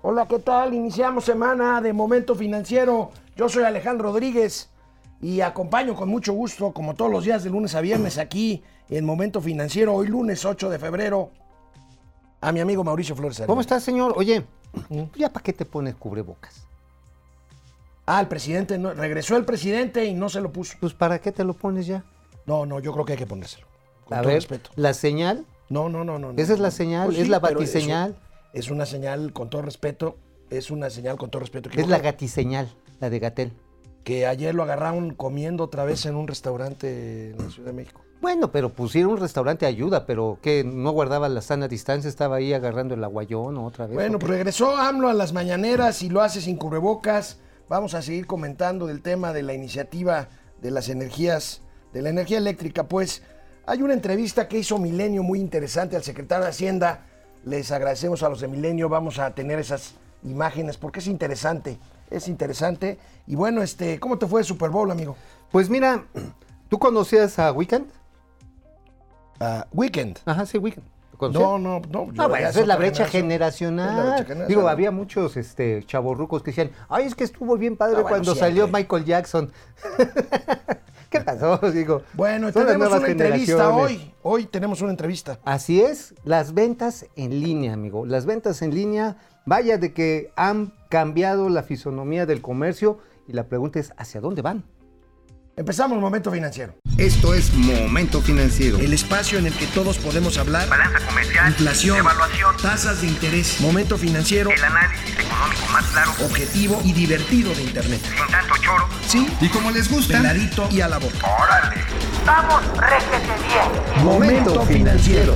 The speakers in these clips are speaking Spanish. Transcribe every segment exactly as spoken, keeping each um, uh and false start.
Hola, ¿qué tal? Iniciamos semana de Momento Financiero. Yo soy Alejandro Rodríguez y acompaño con mucho gusto, como todos los días de lunes a viernes, aquí en Momento Financiero, hoy lunes ocho de febrero, a mi amigo Mauricio Flores. ¿Cómo estás, señor? Oye, ¿ya para qué te pones cubrebocas? Ah, el presidente, no, regresó el presidente y no se lo puso. Pues ¿para qué te lo pones ya? No, no, yo creo que hay que ponérselo. Con a todo ver, respeto. la señal. No, no, no, no. Esa no, es la no. señal, Pues es sí, la pero batiseñal. eso Es una señal, con todo respeto, es una señal con todo respeto. Es la gatiseñal, la de Gatell. Que ayer lo agarraron comiendo otra vez en un restaurante en la Ciudad de México. Bueno, pero pusieron un restaurante ayuda, pero que no guardaba la sana distancia, estaba ahí agarrando el aguayón otra vez. Bueno, pues regresó AMLO a las mañaneras y lo hace sin cubrebocas. Vamos a seguir comentando del tema de la iniciativa de las energías, de la energía eléctrica. Pues hay una entrevista que hizo Milenio muy interesante al secretario de Hacienda. Les agradecemos a los de Milenio, vamos a tener esas imágenes porque es interesante, es interesante. Y bueno, este, ¿cómo te fue el Super Bowl, amigo? Pues mira, ¿tú conocías a Weekend? Uh, Weekend. Ajá, sí, Weekend. No, no, no. No, bueno, esa es la brecha generacional. Es la brecha generacional. Digo, había muchos este, chavorrucos que decían, ay, es que estuvo bien padre no, bueno, cuando siempre. salió Michael Jackson. ¿Qué pasó? Digo, bueno, tenemos una entrevista hoy. Hoy tenemos una entrevista. Así es, las ventas en línea, amigo. Las ventas en línea, vaya de que han cambiado la fisonomía del comercio y la pregunta es, ¿hacia dónde van? Empezamos Momento Financiero. Esto es Momento Financiero. El espacio en el que todos podemos hablar. Balanza comercial. Inflación. Evaluación. Tasas de interés. Momento Financiero. El análisis económico más claro. Objetivo y divertido de Internet. Sin tanto choro. Sí. Y como les gusta, Peladito y a la boca. ¡Órale! ¡Vamos, réjete bien! Momento Financiero.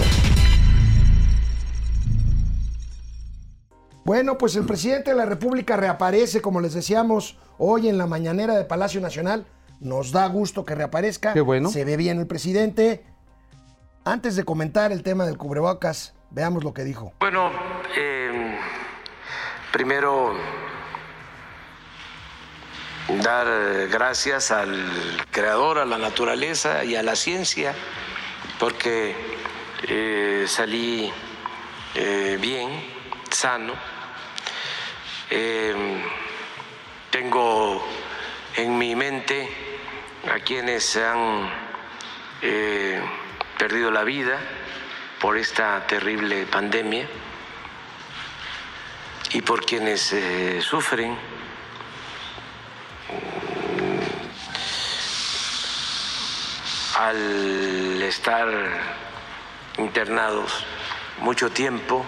Bueno, pues el presidente de la República reaparece, como les decíamos, hoy en la mañanera de Palacio Nacional. Nos da gusto que reaparezca. Qué bueno. Se ve bien el presidente. Antes de comentar el tema del cubrebocas, veamos lo que dijo. Bueno, eh, primero dar gracias al creador, a la naturaleza y a la ciencia, porque eh, salí eh, bien, sano. Eh, tengo en mi mente a quienes han eh, perdido la vida por esta terrible pandemia y por quienes eh, sufren al estar internados mucho tiempo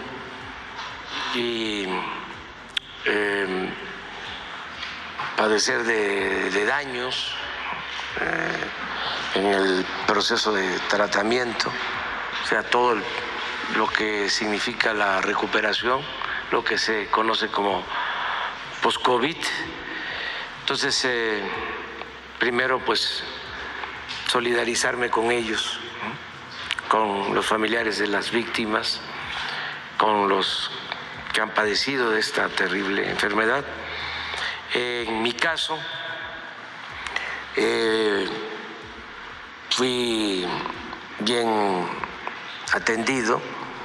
y eh, padecer de, de daños eh, en el proceso de tratamiento, o sea, todo el, lo que significa la recuperación, lo que se conoce como post-COVID. Entonces, eh, primero, pues, solidarizarme con ellos, ¿no? Con los familiares de las víctimas, con los que han padecido de esta terrible enfermedad. En mi caso, eh, fui bien atendido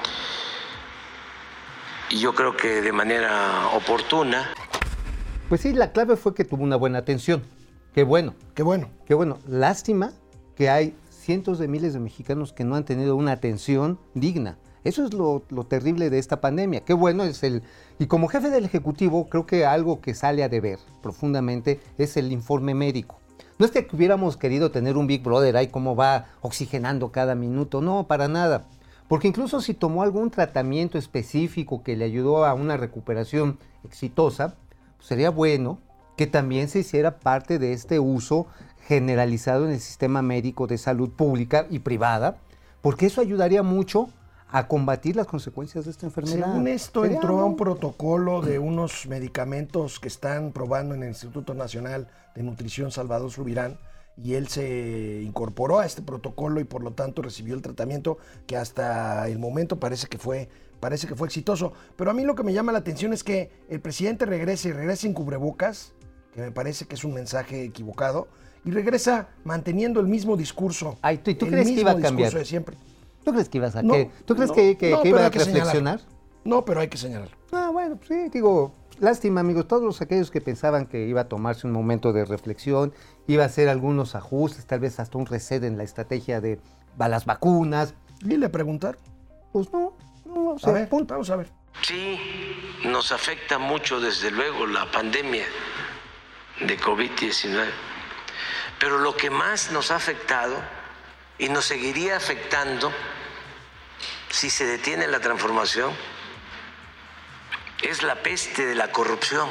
y yo creo que de manera oportuna. Pues sí, la clave fue que tuvo una buena atención. Qué bueno. Qué bueno. Qué bueno. Lástima que hay cientos de miles de mexicanos que no han tenido una atención digna. Eso es lo, lo terrible de esta pandemia. Qué bueno es el... Y como jefe del Ejecutivo, creo que algo que sale a deber profundamente es el informe médico. No es que hubiéramos querido tener un Big Brother ahí cómo va oxigenando cada minuto. No, para nada. Porque incluso si tomó algún tratamiento específico que le ayudó a una recuperación exitosa, pues sería bueno que también se hiciera parte de este uso generalizado en el sistema médico de salud pública y privada, porque eso ayudaría mucho a combatir las consecuencias de esta enfermedad. Según esto, ¿Sería entró algo? a un protocolo de unos medicamentos que están probando en el Instituto Nacional de Nutrición Salvador Subirán, y él se incorporó a este protocolo y por lo tanto recibió el tratamiento que hasta el momento parece que fue, parece que fue exitoso. Pero a mí lo que me llama la atención es que el presidente regrese y regrese sin cubrebocas, que me parece que es un mensaje equivocado, y regresa manteniendo el mismo discurso. Ay, ¿tú, tú el crees que mismo iba a cambiar? discurso de siempre. ¿Tú crees que ibas a No, qué? ¿Tú crees no, que, que, no, que pero iba a hay que señalar. reflexionar? No, pero hay que señalarlo. Ah, bueno, pues sí, digo, lástima, amigos, todos los aquellos que pensaban que iba a tomarse un momento de reflexión, iba a hacer algunos ajustes, tal vez hasta un reset en la estrategia de las vacunas. ¿Y le preguntar? Pues no, no, o A sea, ver, punto. vamos a ver. Sí, nos afecta mucho, desde luego, la pandemia de COVID diecinueve. Pero lo que más nos ha afectado y nos seguiría afectando si se detiene la transformación es la peste de la corrupción.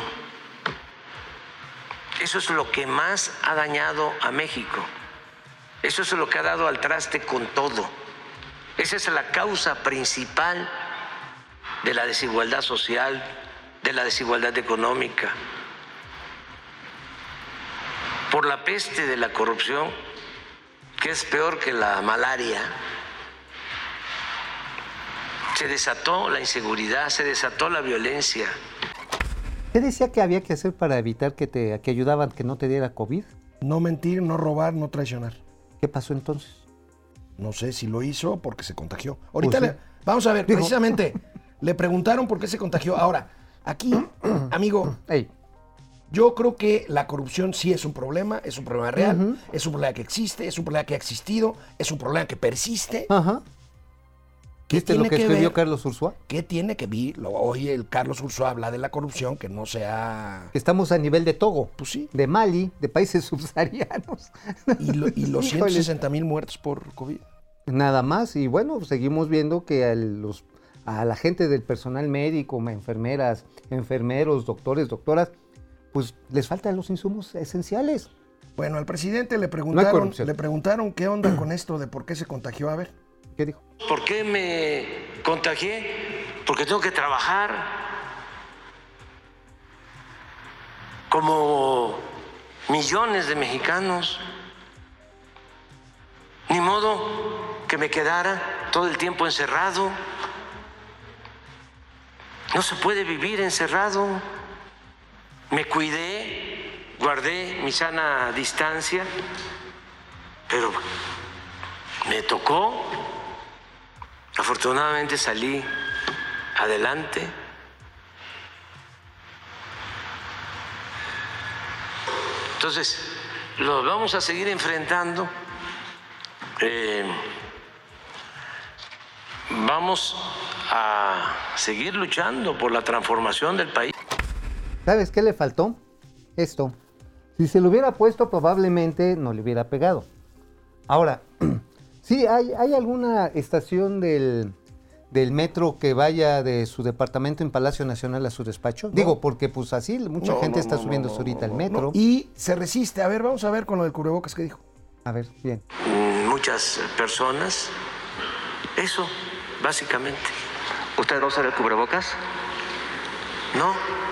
Eso es lo que más ha dañado a México. Eso es lo que ha dado al traste con todo. Esa es la causa principal de la desigualdad social, de la desigualdad económica. Por la peste de la corrupción, que es peor que la malaria, se desató la inseguridad, se desató la violencia. ¿Qué decía que había que hacer para evitar que te que ayudaban que no te diera COVID? No mentir, no robar, no traicionar. ¿Qué pasó entonces? No sé si lo hizo porque se contagió. Ahorita Pues sí. le, vamos a ver, Digo- precisamente, le preguntaron por qué se contagió. Ahora, aquí, amigo, Ey, yo creo que la corrupción sí es un problema, es un problema real, es un problema que existe, es un problema que ha existido, es un problema que persiste. ajá. ¿Qué ¿Viste lo tiene que que escribió ver? Carlos Ursúa? ¿Qué tiene que ver? Lo- Hoy el Carlos Ursúa habla de la corrupción, que no sea... Que estamos a nivel de Togo, Pues sí. de Mali, de países subsaharianos. Y, lo- y los Híjole. ciento sesenta mil muertos por COVID. Nada más, y bueno, seguimos viendo que a, los, a la gente del personal médico, enfermeras, enfermeros, doctores, doctoras, pues les faltan los insumos esenciales. Bueno, al presidente le preguntaron, corrupción. le preguntaron qué onda con esto de por qué se contagió. A ver. ¿Qué dijo? ¿Por qué me contagié? Porque tengo que trabajar como millones de mexicanos. Ni modo que me quedara todo el tiempo encerrado. No se puede vivir encerrado. Me cuidé, guardé mi sana distancia, pero me tocó. Afortunadamente salí adelante. Entonces, lo vamos a seguir enfrentando. Eh, vamos a seguir luchando por la transformación del país. ¿Sabes qué le faltó? Esto. Si se lo hubiera puesto, probablemente no le hubiera pegado. Ahora, sí, hay, hay alguna estación del, del metro que vaya de su departamento en Palacio Nacional a su despacho. Digo, porque pues así mucha No, gente no, está no, subiendo no, ahorita no, al no, metro. no. Y se resiste. A ver, vamos a ver con lo del cubrebocas que dijo. A ver, bien. Muchas personas, eso, básicamente. ¿Usted va a usar el cubrebocas? No,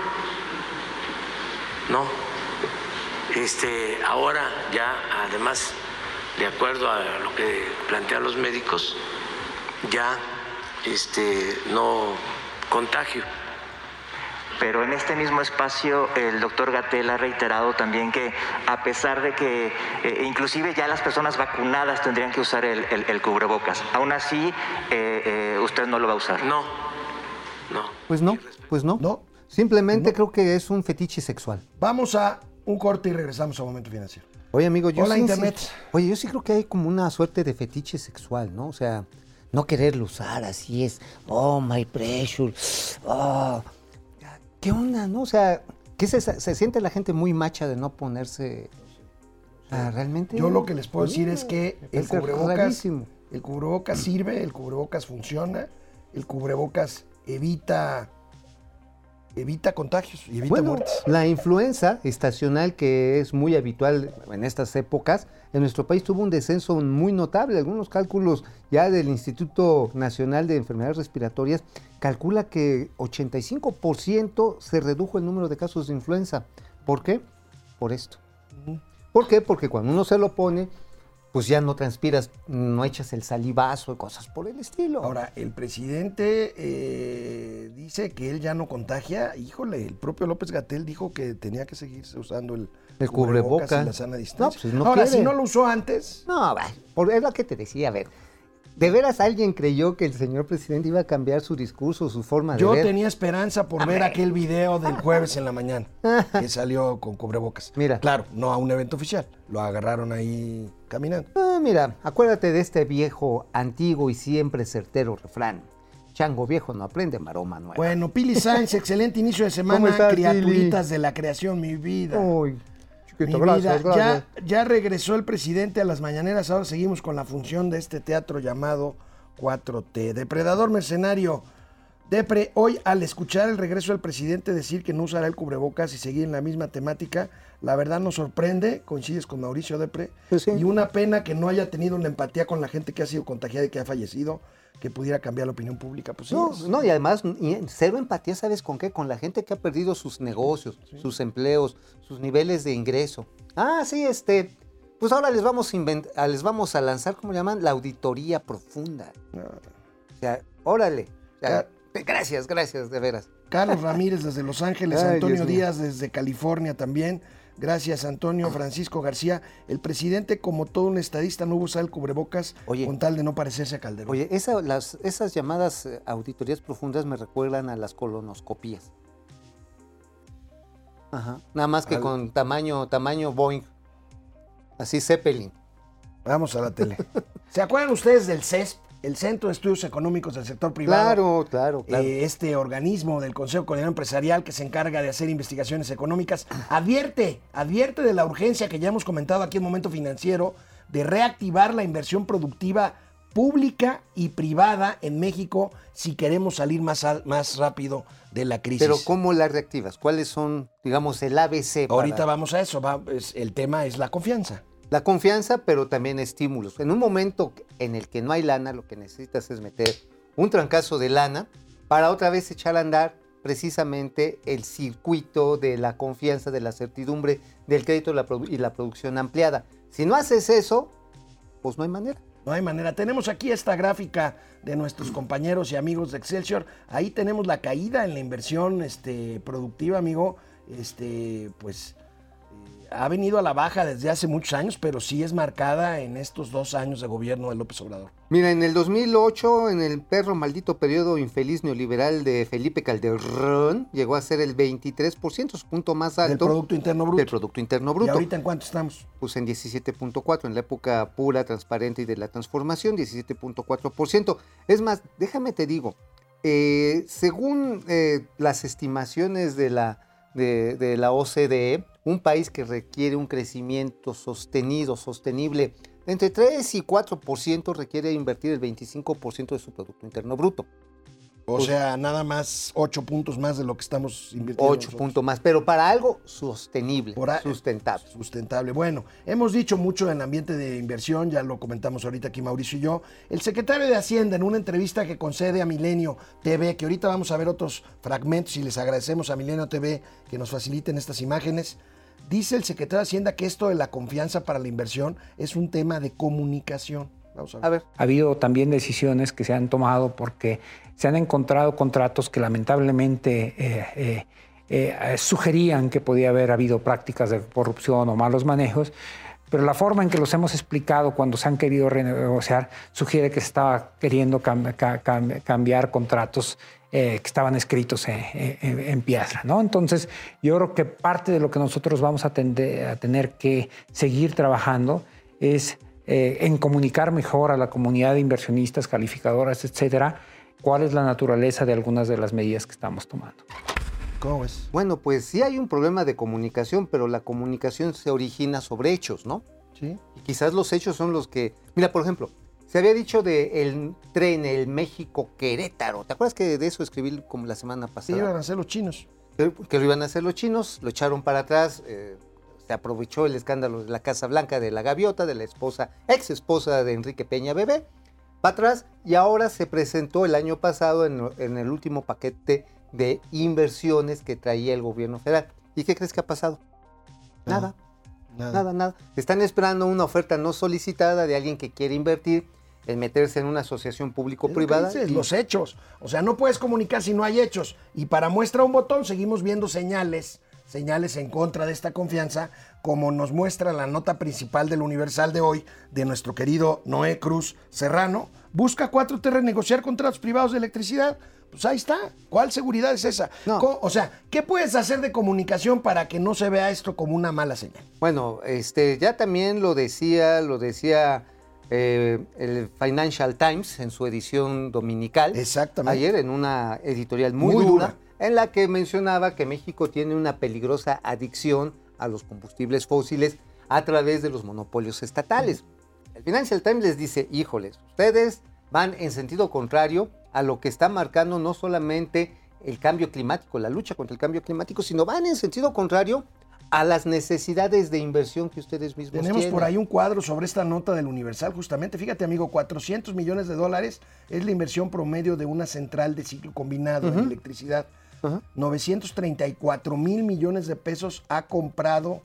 no. Este, ahora ya, además, de acuerdo a lo que plantean los médicos, ya este, no contagio. Pero en este mismo espacio el doctor Gatell ha reiterado también que a pesar de que eh, inclusive ya las personas vacunadas tendrían que usar el, el, el cubrebocas, aún así eh, eh, usted no lo va a usar. No, no. Pues no, pues no. No. Simplemente No. creo que es un fetiche sexual. Vamos a un corte y regresamos a Momento Financiero. Oye, amigo, yo Hola, sí, Internet. sí- oye, yo sí creo que hay como una suerte de fetiche sexual, ¿no? O sea, no quererlo usar, así es. Oh, my pressure. Oh. ¿Qué onda, no? O sea, ¿qué se, se siente la gente muy macha de no ponerse? O sea, realmente. Yo lo que les puedo decir Sí, es que me el parece cubrebocas, rarísimo. el cubrebocas sirve, el cubrebocas funciona, el cubrebocas evita, evita contagios y evita Bueno, muertes. la influenza estacional, que es muy habitual en estas épocas, en nuestro país tuvo un descenso muy notable. Algunos cálculos ya del Instituto Nacional de Enfermedades Respiratorias calcula que ochenta y cinco por ciento se redujo el número de casos de influenza. ¿Por qué? Por esto. ¿Por qué? Porque cuando uno se lo pone, pues ya no transpiras, no echas el salivazo y cosas por el estilo. Ahora, el presidente eh, dice que él ya no contagia. Híjole, el propio López-Gatell dijo que tenía que seguirse usando el, El cubrebocas. y la sana distancia. No, pues, no Ahora, quiere. si no lo usó antes, No, va, por, es lo que te decía, a ver. ¿De veras alguien creyó que el señor presidente iba a cambiar su discurso, su forma de Yo ver? tenía esperanza por ver aquel video del jueves en la mañana que salió con cubrebocas. Mira. Claro, no a un evento oficial. Lo agarraron ahí caminando. Ah, mira, acuérdate de este viejo, antiguo y siempre certero refrán. Chango viejo no aprende maroma nueva. Bueno, Pili Sainz, excelente inicio de ¿Cómo semana. estás, Criaturitas de la creación, mi vida. Uy, chiquito, Mi gracias, vida, gracias. ya, ya regresó el presidente a las mañaneras, ahora seguimos con la función de este teatro llamado cuatro T. Depredador mercenario. Depre, hoy al escuchar el regreso del presidente decir que no usará el cubrebocas y seguir en la misma temática, la verdad nos sorprende, coincides con Mauricio Depre, Pues sí. y una pena que no haya tenido una empatía con la gente que ha sido contagiada y que ha fallecido, que pudiera cambiar la opinión pública. Pues sí, No, es- no, y además, y cero empatía, ¿sabes con qué? Con la gente que ha perdido sus negocios, sus empleos, sus niveles de ingreso. Ah, sí, este, pues ahora les vamos a, invent- a- les vamos a lanzar, ¿cómo llaman? La auditoría profunda. O sea, órale. O sea, gracias, gracias, de veras. Carlos Ramírez desde Los Ángeles, Ay, Antonio Dios mío. Díaz desde California también. Gracias, Antonio. Francisco García. El presidente, como todo un estadista, no usa el cubrebocas Oye. con tal de no parecerse a Calderón. Oye, esa- las, esas llamadas eh, auditorías profundas me recuerdan a las colonoscopías. Ajá. Nada más que Al- con tamaño, tamaño Boeing. Así Zeppelin. Vamos a la tele. ¿Se acuerdan ustedes del C E S P, el Centro de Estudios Económicos del Sector Privado? Claro, claro, claro. Eh, este organismo del Consejo Coordinador Empresarial que se encarga de hacer investigaciones económicas, advierte, advierte de la urgencia que ya hemos comentado aquí en Momento Financiero de reactivar la inversión productiva pública y privada en México si queremos salir más, al- más rápido de la crisis. Pero ¿cómo la reactivas? ¿Cuáles son, digamos, el A B C? para- Ahorita vamos a eso, va- es- el tema es la confianza. La confianza, pero también estímulos. En un momento en el que no hay lana, lo que necesitas es meter un trancazo de lana para otra vez echar a andar precisamente el circuito de la confianza, de la certidumbre, del crédito y la produ- y la producción ampliada. Si no haces eso, pues no hay manera. No hay manera. Tenemos aquí esta gráfica de nuestros compañeros y amigos de Excelsior. Ahí tenemos la caída en la inversión este, productiva, amigo. Este, pues eh, ha venido a la baja desde hace muchos años, pero sí es marcada en estos dos años de gobierno de López Obrador. Mira, en el dos mil ocho, en el perro maldito periodo infeliz neoliberal de Felipe Calderón, llegó a ser el veintitrés por ciento, su punto más alto Del Producto Interno Bruto. del Producto Interno Bruto. ¿Y ahorita en cuánto estamos? Pues en diecisiete punto cuatro, en la época pura, transparente y de la transformación, diecisiete punto cuatro por ciento. Es más, déjame te digo, eh, según eh, las estimaciones de la, de, de la O C D E, un país que requiere un crecimiento sostenido, sostenible, entre tres y cuatro por ciento requiere invertir el veinticinco por ciento de su Producto Interno Bruto. O sea, nada más ocho puntos más de lo que estamos invirtiendo. Ocho nosotros. puntos más, pero para algo sostenible, Por a- sustentable. Sustentable. Bueno, hemos dicho mucho en ambiente de inversión, ya lo comentamos ahorita aquí Mauricio y yo. El secretario de Hacienda en una entrevista que concede a Milenio T V, que ahorita vamos a ver otros fragmentos y les agradecemos a Milenio T V que nos faciliten estas imágenes. Dice el secretario de Hacienda que esto de la confianza para la inversión es un tema de comunicación. Vamos a ver. A ver. Ha habido también decisiones que se han tomado porque se han encontrado contratos que lamentablemente eh, eh, eh, sugerían que podía haber habido prácticas de corrupción o malos manejos, pero la forma en que los hemos explicado cuando se han querido renegociar sugiere que se estaba queriendo cam- ca- cam- cambiar contratos eh, que estaban escritos en, en- en piedra, ¿no? Entonces, yo creo que parte de lo que nosotros vamos a, tender, a tener que seguir trabajando es eh, en comunicar mejor a la comunidad de inversionistas, calificadoras, etcétera, cuál es la naturaleza de algunas de las medidas que estamos tomando. ¿Cómo ves? Bueno, pues sí hay un problema de comunicación, pero la comunicación se origina sobre hechos, ¿no? Sí. Y quizás los hechos son los que... Mira, por ejemplo, se había dicho del tren, el México-Querétaro. ¿Te acuerdas que de eso escribí como la semana Sí, pasada? iban a ser los chinos. Que, que lo iban a hacer los chinos, lo echaron para atrás, eh, se aprovechó el escándalo de la Casa Blanca de la Gaviota, de la esposa, ex esposa de Enrique Peña Bebé, para atrás, y ahora se presentó el año pasado en, en el último paquete de inversiones que traía el gobierno federal. ¿Y qué crees que ha pasado? Nada, Nada. nada, nada. Están esperando una oferta no solicitada de alguien que quiere invertir en meterse en una asociación Es lo que público-privada. dices, y- los hechos. O sea, no puedes comunicar si no hay hechos. Y para muestra un botón seguimos viendo señales señales en contra de esta confianza, como nos muestra la nota principal del Universal de hoy de nuestro querido Noé Cruz Serrano. Busca cuatro T renegociar contratos privados de electricidad. Pues ahí está. ¿Cuál seguridad es esa? No. O sea, ¿qué puedes hacer de comunicación para que no se vea esto como una mala señal? Bueno, este, ya también lo decía, lo decía eh, el Financial Times en su edición dominical. Exactamente. Ayer en una editorial muy, Muy dura, dura, en la que mencionaba que México tiene una peligrosa adicción a los combustibles fósiles a través de los monopolios estatales. El Financial Times les dice, híjoles, ustedes van en sentido contrario a lo que está marcando no solamente el cambio climático, la lucha contra el cambio climático, sino van en sentido contrario a las necesidades de inversión que ustedes mismos Tenemos tienen. por ahí un cuadro sobre esta nota del Universal, justamente. Fíjate, amigo, cuatrocientos millones de dólares es la inversión promedio de una central de ciclo combinado uh-huh. en electricidad. Uh-huh. novecientos treinta y cuatro mil millones de pesos ha comprado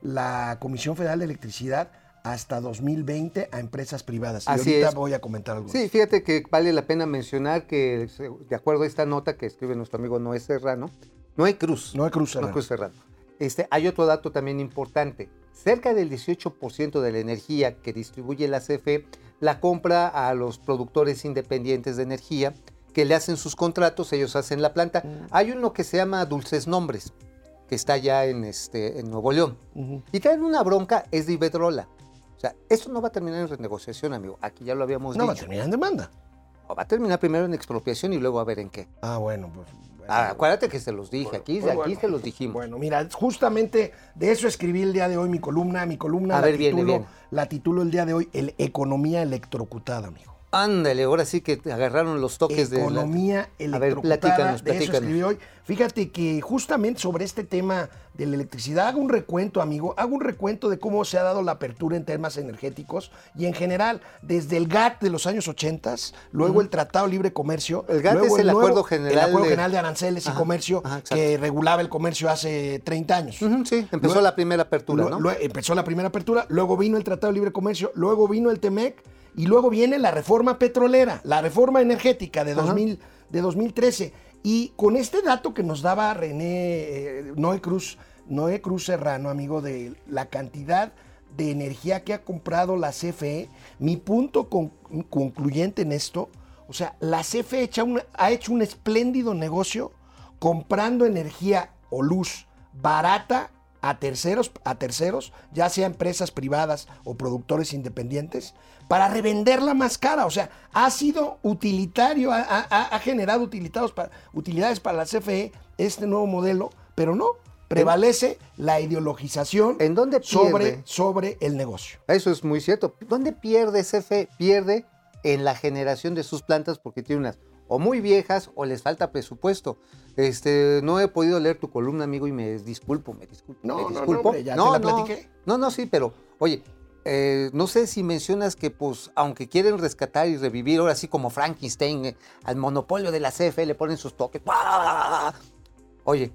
la Comisión Federal de Electricidad hasta dos mil veinte a empresas privadas. Y Así ahorita es. voy a comentar algo. Sí, fíjate que vale la pena mencionar que, de acuerdo a esta nota que escribe nuestro amigo Noé Serrano, Noé Cruz. Noé Cruz Serrano. Noé Cruz Serrano. Este, hay otro dato también importante. Cerca del dieciocho por ciento de la energía que distribuye la C F E la compra a los productores independientes de energía que le hacen sus contratos, ellos hacen la planta. Mm. Hay uno que se llama Dulces Nombres, que está ya en, este, en Nuevo León. Uh-huh. Y traen una bronca, es de Iberdrola. O sea, esto no va a terminar en renegociación, amigo. Aquí ya lo habíamos no dicho. No va a terminar en demanda. O va a terminar primero en expropiación y luego a ver en qué. Ah, bueno, pues... Bueno, ah, acuérdate que se los dije, bueno, aquí, pues aquí bueno. se los dijimos. Bueno, mira, justamente de eso escribí el día de hoy mi columna. Mi columna a la, ver, titulo, viene, viene. la titulo el día de hoy, el Economía Electrocutada, amigo. Ándale, ahora sí que te agarraron los toques Economía de... Economía electrocutada, a ver, platícanos, de platícanos. eso escribí hoy. Fíjate que justamente sobre este tema de la electricidad, hago un recuento, amigo, hago un recuento de cómo se ha dado la apertura en temas energéticos y en general, desde el G A T de los años ochenta, luego uh-huh. el Tratado de Libre Comercio. El G A T luego es el, el Acuerdo nuevo, General el Acuerdo de... General de Aranceles ajá, y Comercio, ajá, que regulaba el comercio hace treinta años. Uh-huh, sí, empezó luego, la primera apertura, lo, ¿no? Lo, empezó la primera apertura, luego vino el Tratado de Libre Comercio, luego vino el TEMEC, y luego viene la reforma petrolera, la reforma energética de, dos mil, de dos mil trece. Y con este dato que nos daba René, eh, Noé Cruz, Noé Cruz Serrano, amigo, de la cantidad de energía que ha comprado la C F E, mi punto con, concluyente en esto, o sea, la C F E echa una, ha hecho un espléndido negocio comprando energía o luz barata a terceros, a terceros, ya sea empresas privadas o productores independientes, para revenderla más cara. O sea, ha sido utilitario, ha, ha, ha generado utilidades para, utilidades para la C F E este nuevo modelo, pero no, prevalece la ideologización ¿En dónde sobre, sobre el negocio. Eso es muy cierto. ¿Dónde pierde C F E? Pierde en la generación de sus plantas porque tiene unas o muy viejas o les falta presupuesto. Este, no he podido leer tu columna, amigo, y me disculpo, me disculpo. No, me no, disculpo. no, hombre, ya no, te la no, platiqué. No, no, sí, pero, oye, eh, no sé si mencionas que, pues, aunque quieren rescatar y revivir, ahora sí como Frankenstein, eh, al monopolio de la C F E le ponen sus toques. ¡Bah! Oye,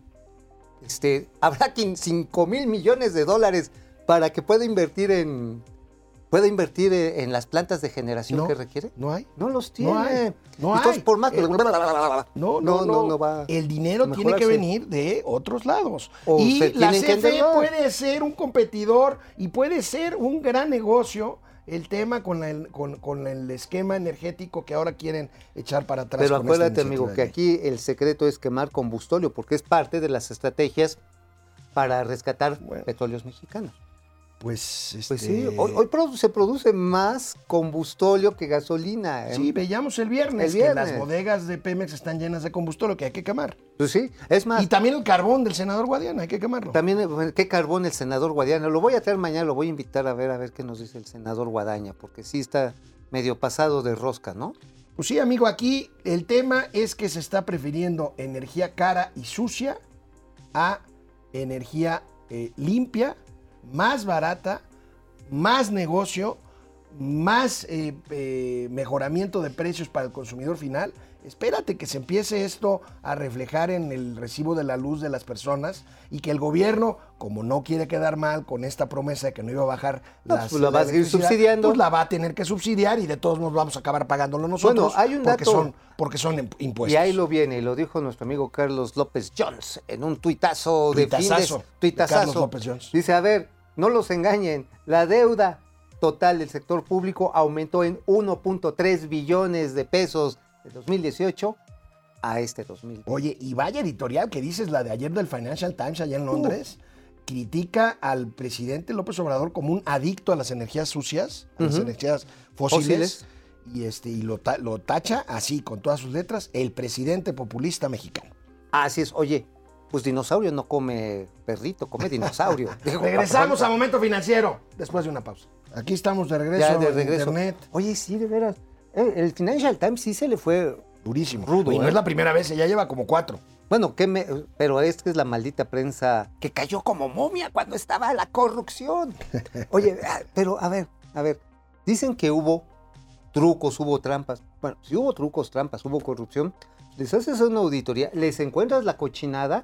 este, habrá cinco mil millones de dólares para que pueda invertir en... ¿Puede invertir en las plantas de generación no, que requiere? No hay. No los tiene. No hay. No Entonces, hay. por más que... El, no, no, no, no, no va. El dinero tiene que venir de otros lados. O y la C F E que puede ser un competidor y puede ser un gran negocio el tema con, la, con, con el esquema energético que ahora quieren echar para atrás. Pero con acuérdate, esta amigo, que aquí el secreto es quemar combustóleo, porque es parte de las estrategias para rescatar bueno. petróleos mexicanos. Pues, este... pues sí, hoy, hoy produ- se produce más combustóleo que gasolina. ¿eh? Sí, veíamos el viernes, el viernes que las bodegas de Pemex están llenas de combustóleo que hay que quemar. Pues sí, es más... Y también el carbón del senador Guadiana, hay que quemarlo. También, ¿qué carbón el senador Guadiana? Lo voy a traer mañana, lo voy a invitar a ver, a ver qué nos dice el senador Guadaña, porque sí está medio pasado de rosca, ¿no? Pues sí, amigo, aquí el tema es que se está prefiriendo energía cara y sucia a energía eh, limpia, más barata, más negocio, más eh, eh, mejoramiento de precios para el consumidor final espérate que se empiece esto a reflejar en el recibo de la luz de las personas y que el gobierno, como no quiere quedar mal con esta promesa de que no iba a bajar No, las, pues la va a seguir electricidad, subsidiando. pues la va a tener que subsidiar y de todos modos vamos a acabar pagándolo nosotros. Bueno, hay un porque dato- son porque son im- impuestos. Y ahí lo viene, y lo dijo nuestro amigo Carlos López Jones en un tuitazo de fin de Tuitazazo de tuitazazo. Carlos López Jones. Dice, a ver, no los engañen, la deuda total del sector público aumentó en uno punto tres billones de pesos de dos mil dieciocho a este dos mil veinte. Oye, y vaya editorial que dices, la de ayer del Financial Times allá en Londres, critica al presidente López Obrador como un adicto a las energías sucias, a las Ujú. energías fósiles, Fósiles. y, este, y lo, ta- lo tacha así, con todas sus letras, el presidente populista mexicano. Así es, oye, pues dinosaurio no come perrito, come dinosaurio. Digo, Regresamos pa- a Momento Financiero, después de una pausa. Aquí estamos de regreso ya de en regreso. internet. Oye, sí, de veras. El, el Financial Times sí se le fue. Durísimo. Rudo, y no ¿eh? es la primera vez, ya lleva como cuatro. Bueno, ¿qué me, pero es que es la maldita prensa que cayó como momia cuando estaba la corrupción. Oye, ah, pero a ver, a ver, dicen que hubo trucos, hubo trampas. Bueno, si hubo trucos, trampas, hubo corrupción, les haces una auditoría, les encuentras la cochinada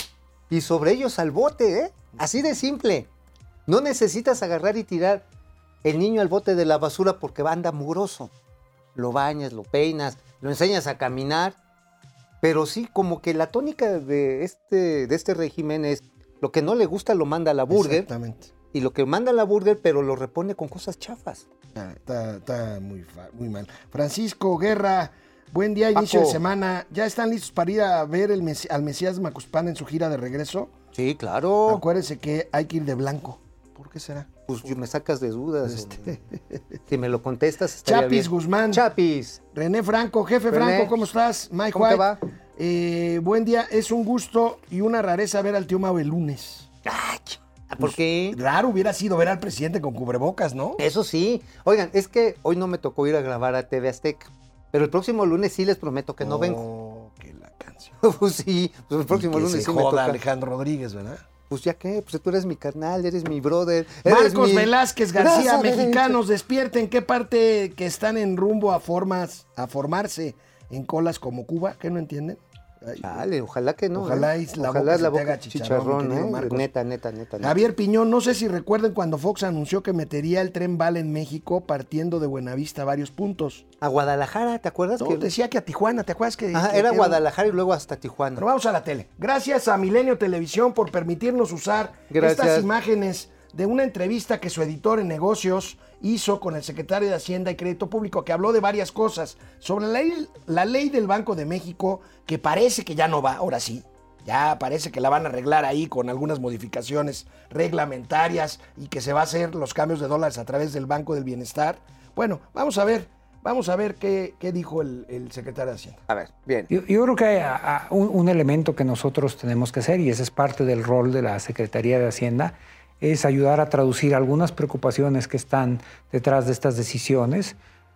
y sobre ellos al bote, ¿eh? Así de simple. No necesitas agarrar y tirar el niño al bote de la basura porque anda mugroso. Lo bañas, lo peinas, lo enseñas a caminar. Pero sí, como que la tónica de este, de este régimen es lo que no le gusta lo manda a la burger. Exactamente. Y lo que manda a la burger, pero lo repone con cosas chafas. Ah, Está, está muy, fa- muy mal. Francisco Guerra, buen día, Paco. inicio de semana. ¿Ya están listos para ir a ver el Mes- al Mesías Macuspana en su gira de regreso? Sí, claro. Acuérdense que hay que ir de blanco. ¿Por qué será? Pues yo- me sacas de dudas. Este. Si me lo contestas, estaría Chapis bien. Guzmán. Chapis. René Franco, jefe René. Franco, ¿cómo estás? Mike ¿Cómo te White. va? Eh, buen día, es un gusto y una rareza ver al tío Mau el lunes. Ay, ¿por qué? Raro hubiera sido ver al presidente con cubrebocas, ¿no? Eso sí. Oigan, es que hoy no me tocó ir a grabar a T V Azteca. Pero el próximo lunes sí les prometo que no vengo. Oh, que la canción. Pues sí, pues el próximo Y que lunes se sí me joda toca. Alejandro Rodríguez, ¿verdad? Pues ya qué, pues tú eres mi carnal, eres mi brother. Eres Marcos mi- Velázquez García, Raza derecha. mexicanos, despierten. ¿Qué parte que están en rumbo a formas, a formarse en colas como Cuba? ¿Qué no entienden? Ay, Dale, ojalá que no. Ojalá ¿eh? y la Ojalá boca se la te boca haga chicharrón, chicharrón, mi querido ¿eh? Marcos. Neta, neta, neta, neta. Javier Piñón, no sé si recuerden cuando Fox anunció que metería el tren bala en México partiendo de Buenavista a varios puntos. A Guadalajara, ¿te acuerdas? No, que... decía que a Tijuana, ¿te acuerdas que? Ajá, que- era que Guadalajara y luego hasta Tijuana. Pero vamos a la tele. Gracias a Milenio Televisión por permitirnos usar Gracias. estas imágenes de una entrevista que su editor en negocios hizo con el secretario de Hacienda y Crédito Público, que habló de varias cosas sobre la ley, la ley del Banco de México, que parece que ya no va, ahora sí. Ya parece que la van a arreglar ahí con algunas modificaciones reglamentarias y que se va a hacer los cambios de dólares a través del Banco del Bienestar. Bueno, vamos a ver, vamos a ver qué, qué dijo el, el secretario de Hacienda. A ver, bien. Yo, yo creo que hay a- a un, un elemento que nosotros tenemos que hacer, y ese es parte del rol de la Secretaría de Hacienda, es ayudar a traducir algunas preocupaciones que están detrás de estas decisiones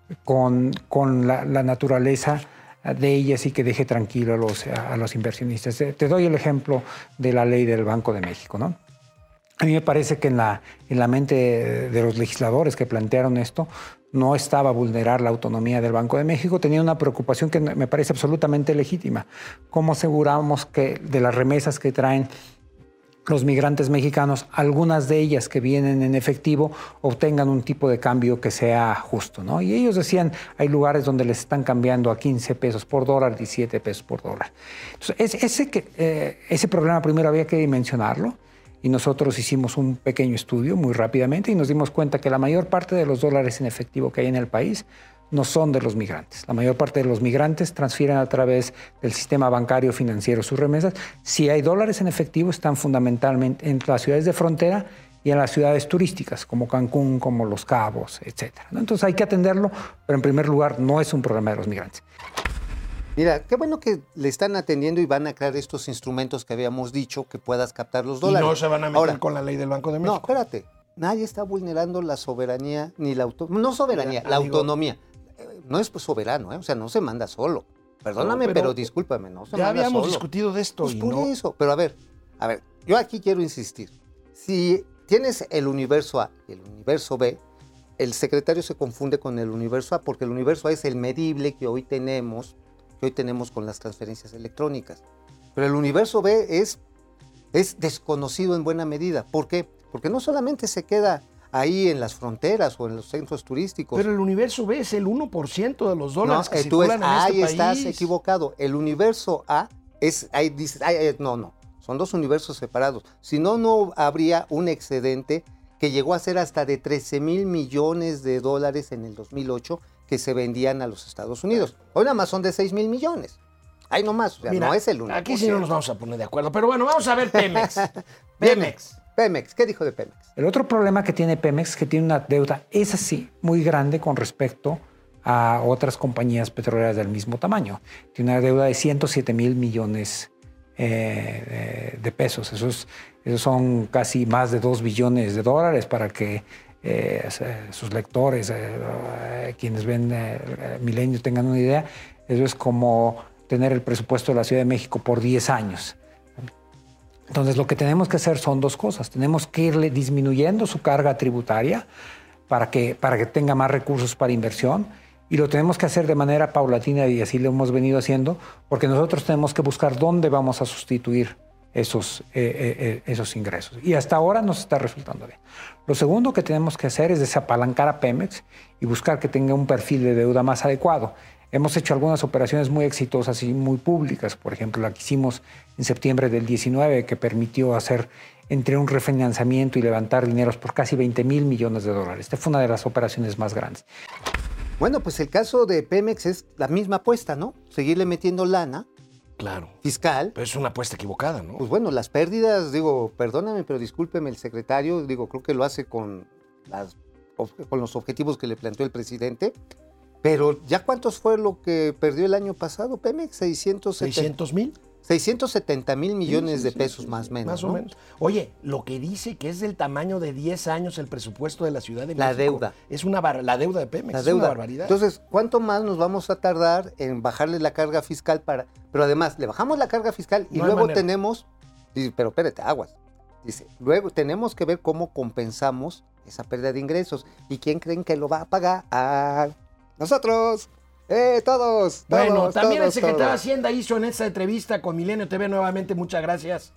con, con la, la naturaleza de ellas y que deje tranquilo a los, a los inversionistas. Te, te doy el ejemplo de la ley del Banco de México, ¿no? A mí me parece que en la, en la mente de los legisladores que plantearon esto no estaba vulnerar la autonomía del Banco de México, tenía una preocupación que me parece absolutamente legítima. ¿Cómo aseguramos que de las remesas que traen los migrantes mexicanos, algunas de ellas que vienen en efectivo, obtengan un tipo de cambio que sea justo, ¿no? Y ellos decían, hay lugares donde les están cambiando a quince pesos por dólar, diecisiete pesos por dólar. Entonces, ese, ese, que, eh, ese problema primero había que dimensionarlo, y nosotros hicimos un pequeño estudio muy rápidamente y nos dimos cuenta que la mayor parte de los dólares en efectivo que hay en el país no son de los migrantes. La mayor parte de los migrantes transfieren a través del sistema bancario financiero sus remesas. Si hay dólares en efectivo, están fundamentalmente en las ciudades de frontera y en las ciudades turísticas, como Cancún, como Los Cabos, etcétera, ¿no? Entonces hay que atenderlo, pero en primer lugar no es un problema de los migrantes. Mira, qué bueno que le están atendiendo y van a crear estos instrumentos que habíamos dicho que puedas captar los Y dólares. no se van a meter Ahora, con la ley del Banco de no, México. espérate. Nadie está vulnerando la soberanía ni la autonomía. No soberanía, Mira, la amigo. autonomía. Eh, No es pues, soberano, ¿eh? O sea, no se manda solo. Perdóname, No, pero, pero discúlpame, no se Ya manda habíamos solo. discutido de esto Pues y por no. eso. Pero a ver, a ver, yo aquí quiero insistir. Si tienes el universo A y el universo B, el secretario se confunde con el universo A porque el universo A es el medible que hoy tenemos, que hoy tenemos con las transferencias electrónicas. Pero el universo B es, es desconocido en buena medida. ¿Por qué? Porque no solamente se queda ahí en las fronteras o en los centros turísticos. Pero el universo B es el uno por ciento de los dólares no, que eh, tú circulan es, en ahí este estás país. equivocado. El universo A es, ahí dices, ay, ay, no, no, son dos universos separados. Si no, no habría un excedente que llegó a ser hasta de trece mil millones de dólares en el dos mil ocho que se vendían a los Estados Unidos. Hoy nada más son de seis mil millones. Ahí nomás, o sea, Mira, no es el uno por ciento. aquí sí no nos vamos a poner de acuerdo. Pero bueno, vamos a ver Pemex. Pemex. Pemex, ¿qué dijo de Pemex? El otro problema que tiene Pemex es que tiene una deuda, es así, muy grande con respecto a otras compañías petroleras del mismo tamaño. Tiene una deuda de ciento siete mil millones eh, de pesos. Esos, esos son casi más de dos billones de dólares para que eh, sus lectores, eh, quienes ven eh, Milenio tengan una idea. Eso es como tener el presupuesto de la Ciudad de México por diez años. Entonces, lo que tenemos que hacer son dos cosas. Tenemos que irle disminuyendo su carga tributaria para que, para que tenga más recursos para inversión, y lo tenemos que hacer de manera paulatina, y así lo hemos venido haciendo, porque nosotros tenemos que buscar dónde vamos a sustituir esos, eh, eh, esos ingresos. Y hasta ahora nos está resultando bien. Lo segundo que tenemos que hacer es desapalancar a Pemex y buscar que tenga un perfil de deuda más adecuado. Hemos hecho algunas operaciones muy exitosas y muy públicas. Por ejemplo, la que hicimos en septiembre del diecinueve, que permitió hacer entre un refinanciamiento y levantar dineros por casi veinte mil millones de dólares. Esta fue una de las operaciones más grandes. Bueno, pues el caso de Pemex es la misma apuesta, ¿no? Seguirle metiendo lana. Claro. Fiscal. Pero es una apuesta equivocada, ¿no? Pues bueno, las pérdidas, digo, perdóname, pero discúlpeme el secretario, digo, creo que lo hace con, las, con los objetivos que le planteó el presidente. Pero ¿ya cuántos fue lo que perdió el año pasado Pemex? seiscientos mil. seiscientos setenta mil millones sí, sí, de pesos sí, sí, más o menos. Más ¿no? o menos. Oye, lo que dice que es del tamaño de diez años el presupuesto de la Ciudad de la México. La deuda. Es una bar la deuda de Pemex, la es deuda. una barbaridad. Entonces, ¿cuánto más nos vamos a tardar en bajarle la carga fiscal para...? Pero además, le bajamos la carga fiscal y no luego tenemos... Dice, pero espérate, aguas. Dice, luego tenemos que ver cómo compensamos esa pérdida de ingresos. ¿Y quién creen que lo va a pagar? Ah, nosotros. ¡Eh, todos! Bueno, todos, también todos, el secretario todos. de Hacienda hizo en esta entrevista con Milenio T V nuevamente, muchas gracias,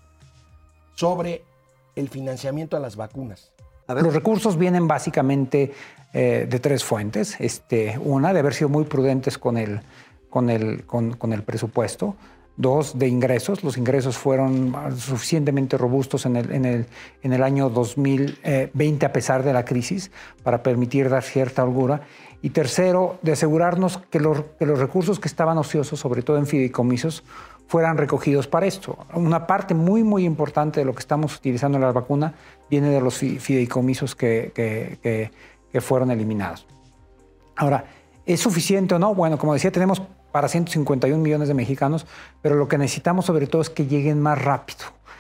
sobre el financiamiento a las vacunas. A ver. Los recursos vienen básicamente eh, de tres fuentes. Este, una, de haber sido muy prudentes con el, con el, con, con el presupuesto. Dos, de ingresos. Los ingresos fueron suficientemente robustos en el, en el, en el año dos mil veinte, a pesar de la crisis, para permitir dar cierta holgura. Y tercero, de asegurarnos que los, que los recursos que estaban ociosos, sobre todo en fideicomisos, fueran recogidos para esto. Una parte muy, muy importante de lo que estamos utilizando en la vacuna viene de los fideicomisos que, que, que, que fueron eliminados. Ahora, ¿es suficiente o no? Bueno, como decía, tenemos para ciento cincuenta y un millones de mexicanos, pero lo que necesitamos sobre todo es que lleguen más rápido.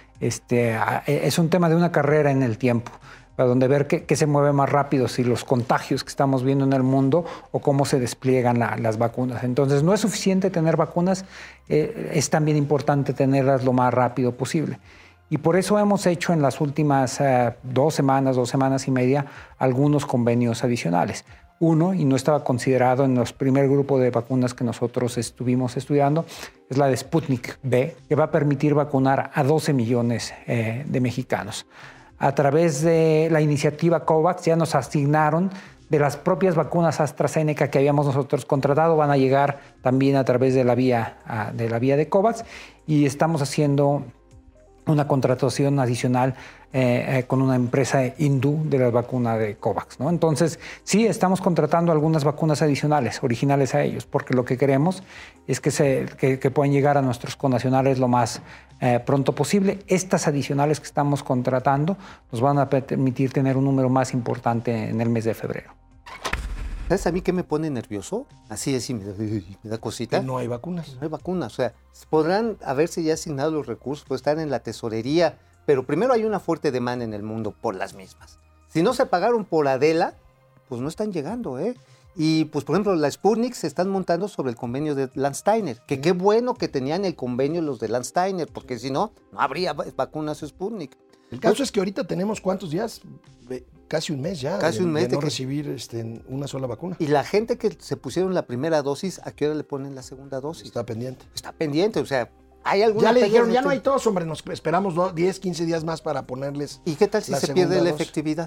Este, es un tema de una carrera en el tiempo, para donde ver qué, qué se mueve más rápido, si los contagios que estamos viendo en el mundo o cómo se despliegan la, las vacunas. Entonces, no es suficiente tener vacunas, eh, es también importante tenerlas lo más rápido posible. Y por eso hemos hecho en las últimas eh, dos semanas, dos semanas y media, algunos convenios adicionales. Uno, y no estaba considerado en los primer grupo de vacunas que nosotros estuvimos estudiando, es la de Sputnik V, que va a permitir vacunar a doce millones eh, de mexicanos. A través de la iniciativa COVAX ya nos asignaron de las propias vacunas AstraZeneca que habíamos nosotros contratado, van a llegar también a través de la vía de, la vía de COVAX, y estamos haciendo una contratación adicional eh, eh, con una empresa hindú de la vacuna de COVAX, ¿no? Entonces, sí, estamos contratando algunas vacunas adicionales, originales a ellos, porque lo que queremos es que, se, que, que puedan llegar a nuestros connacionales lo más eh, pronto posible. Estas adicionales que estamos contratando nos van a permitir tener un número más importante en el mes de febrero. ¿Sabes a mí qué me pone nervioso? Así es, me da, me da cosita. Que no hay vacunas. No hay vacunas. O sea, podrán haberse ya asignado los recursos, pues están en la tesorería, pero primero hay una fuerte demanda en el mundo por las mismas. Si no se pagaron por Adela, pues no están llegando, ¿eh? Y pues, por ejemplo, la Sputnik se están montando sobre el convenio de Landsteiner, que qué bueno que tenían el convenio los de Landsteiner, porque si no, no habría vacunas Sputnik. El caso es que ahorita tenemos ¿cuántos días? Casi un mes ya. Casi de, un mes de no de que... recibir este, una sola vacuna. Y la gente que se pusieron la primera dosis, ¿a qué hora le ponen la segunda dosis? Está pendiente. Está pendiente, o sea, hay alguna... Ya le dijeron, ya este... no hay tos, hombre, nos esperamos diez, quince días más para ponerles. ¿Y qué tal si se pierde la efectividad?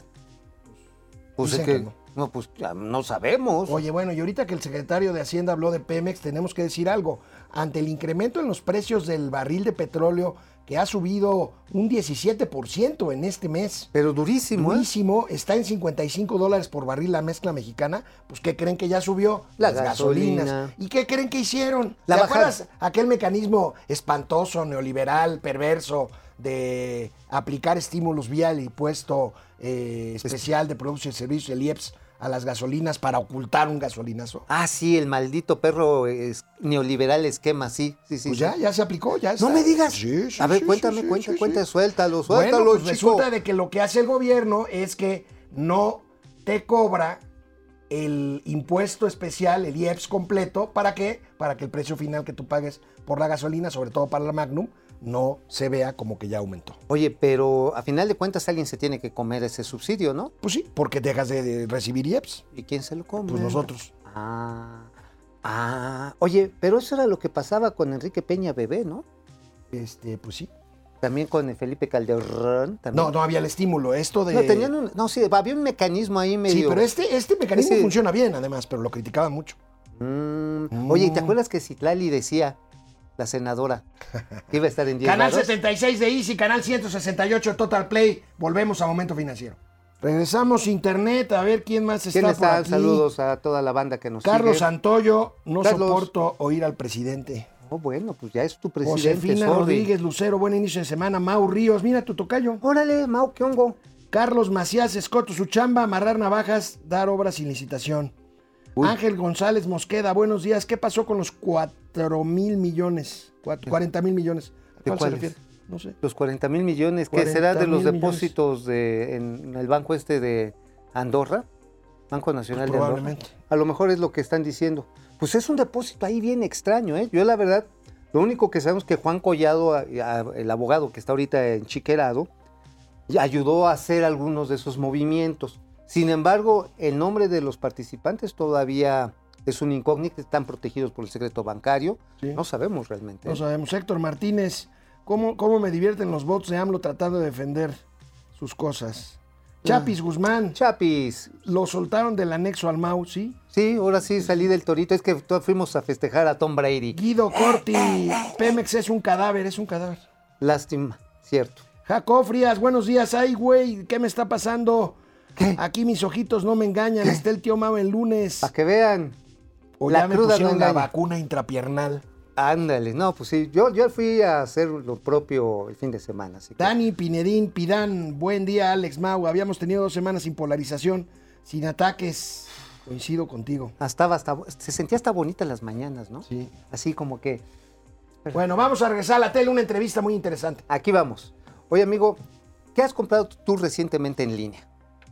Pues es que, que no. no, pues ya no sabemos. Oye, bueno, y ahorita que el secretario de Hacienda habló de Pemex, tenemos que decir algo. Ante el incremento en los precios del barril de petróleo, que ha subido un diecisiete por ciento en este mes. Pero durísimo, Durísimo, ¿eh? Está en cincuenta y cinco dólares por barril la mezcla mexicana. Pues, ¿qué creen que ya subió? La Las gasolina. gasolinas. ¿Y qué creen que hicieron? La ¿Te bajada. acuerdas aquel mecanismo espantoso, neoliberal, perverso, de aplicar estímulos vía el impuesto eh, especial de productos y servicios, el I E P S, a las gasolinas para ocultar un gasolinazo? Ah, sí, el maldito perro es, neoliberal esquema, sí, sí, sí. Pues sí. ya, ya se aplicó, ya está. No me digas. Sí, sí, A ver, sí, cuéntame, sí, cuenta, sí, cuenta, sí. suéltalo, suéltalo, Bueno, pues chico. resulta de que lo que hace el gobierno es que no te cobra el impuesto especial, el I E P S completo, ¿para qué? Para que el precio final que tú pagues por la gasolina, sobre todo para la Magnum, no se vea como que ya aumentó. Oye, pero a final de cuentas alguien se tiene que comer ese subsidio, ¿no? Pues sí, porque dejas de, de recibir I E P S. ¿Y quién se lo come? Pues nosotros. Ah, ah. Oye, pero eso era lo que pasaba con Enrique Peña Bebé, ¿no? Este, pues sí. También con Felipe Calderón. También. No, no había el estímulo. Esto de. No, tenían un, no, sí, había un mecanismo ahí medio. Sí, pero este, este mecanismo Ese- funciona bien, además, pero lo criticaban mucho. Mm. Oye, ¿y te acuerdas que Citlali decía, la senadora, que iba a estar en diez Canal varos? setenta y seis de Easy, canal ciento sesenta y ocho Total Play. Volvemos a Momento Financiero. Regresamos a internet, a ver quién más está ¿Quién por está? aquí. Saludos a toda la banda que nos Carlos sigue. Santoyo, no Carlos. soporto oír al presidente. Oh, bueno, pues ya es tu presidente. Josefina sorry. Rodríguez Lucero, buen inicio de semana. Mau Ríos, mira tu tocayo. Órale, Mau, ¿qué hongo? Carlos Macías Escoto, su chamba, amarrar navajas, dar obras sin licitación. Uy. Ángel González Mosqueda, buenos días. ¿Qué pasó con los cuatro mil millones? Cuatro- cuarenta mil millones. ¿A ¿De cuál se cuáles? refiere? No sé. Los cuarenta mil millones, ¿qué cuarenta será de los mil depósitos de, en el banco este de Andorra? Banco Nacional Pues de Andorra. probablemente. A lo mejor es lo que están diciendo. Pues es un depósito ahí bien extraño, ¿eh? Yo la verdad, lo único que sabemos es que Juan Collado, a- a- el abogado que está ahorita enchiquerado, y ayudó a hacer algunos de esos movimientos. Sin embargo, el nombre de los participantes todavía es un incógnito, están protegidos por el secreto bancario. Sí. No sabemos realmente. No ¿eh? sabemos. Héctor Martínez, ¿cómo, cómo me divierten los bots de AMLO tratando de defender sus cosas? Chapis Guzmán, Chapis, lo soltaron del anexo al M A U, ¿sí? sí, ahora sí salí del torito. Es que to- fuimos a festejar a Tom Brady. Guido Corti, Pemex es un cadáver, es un cadáver. Lástima, cierto. Jacob Frías, buenos días. Ay, güey, ¿qué me está pasando? Aquí mis ojitos no me engañan. Está el tío Mau el lunes. Para que vean. O la ya me cruda pusieron no la engaña. vacuna intrapiernal. Ándale, no, pues sí, yo, yo fui a hacer lo propio el fin de semana. Así que... Dani Pinedín, Pidán, buen día, Alex Mau. Habíamos tenido dos semanas sin polarización, sin ataques. Coincido contigo. Hasta, hasta, se sentía hasta bonita las mañanas, ¿no? Sí. Así como que, Bueno, vamos a regresar a la tele, una entrevista muy interesante. aquí vamos. Oye, amigo, ¿qué has comprado tú recientemente en línea?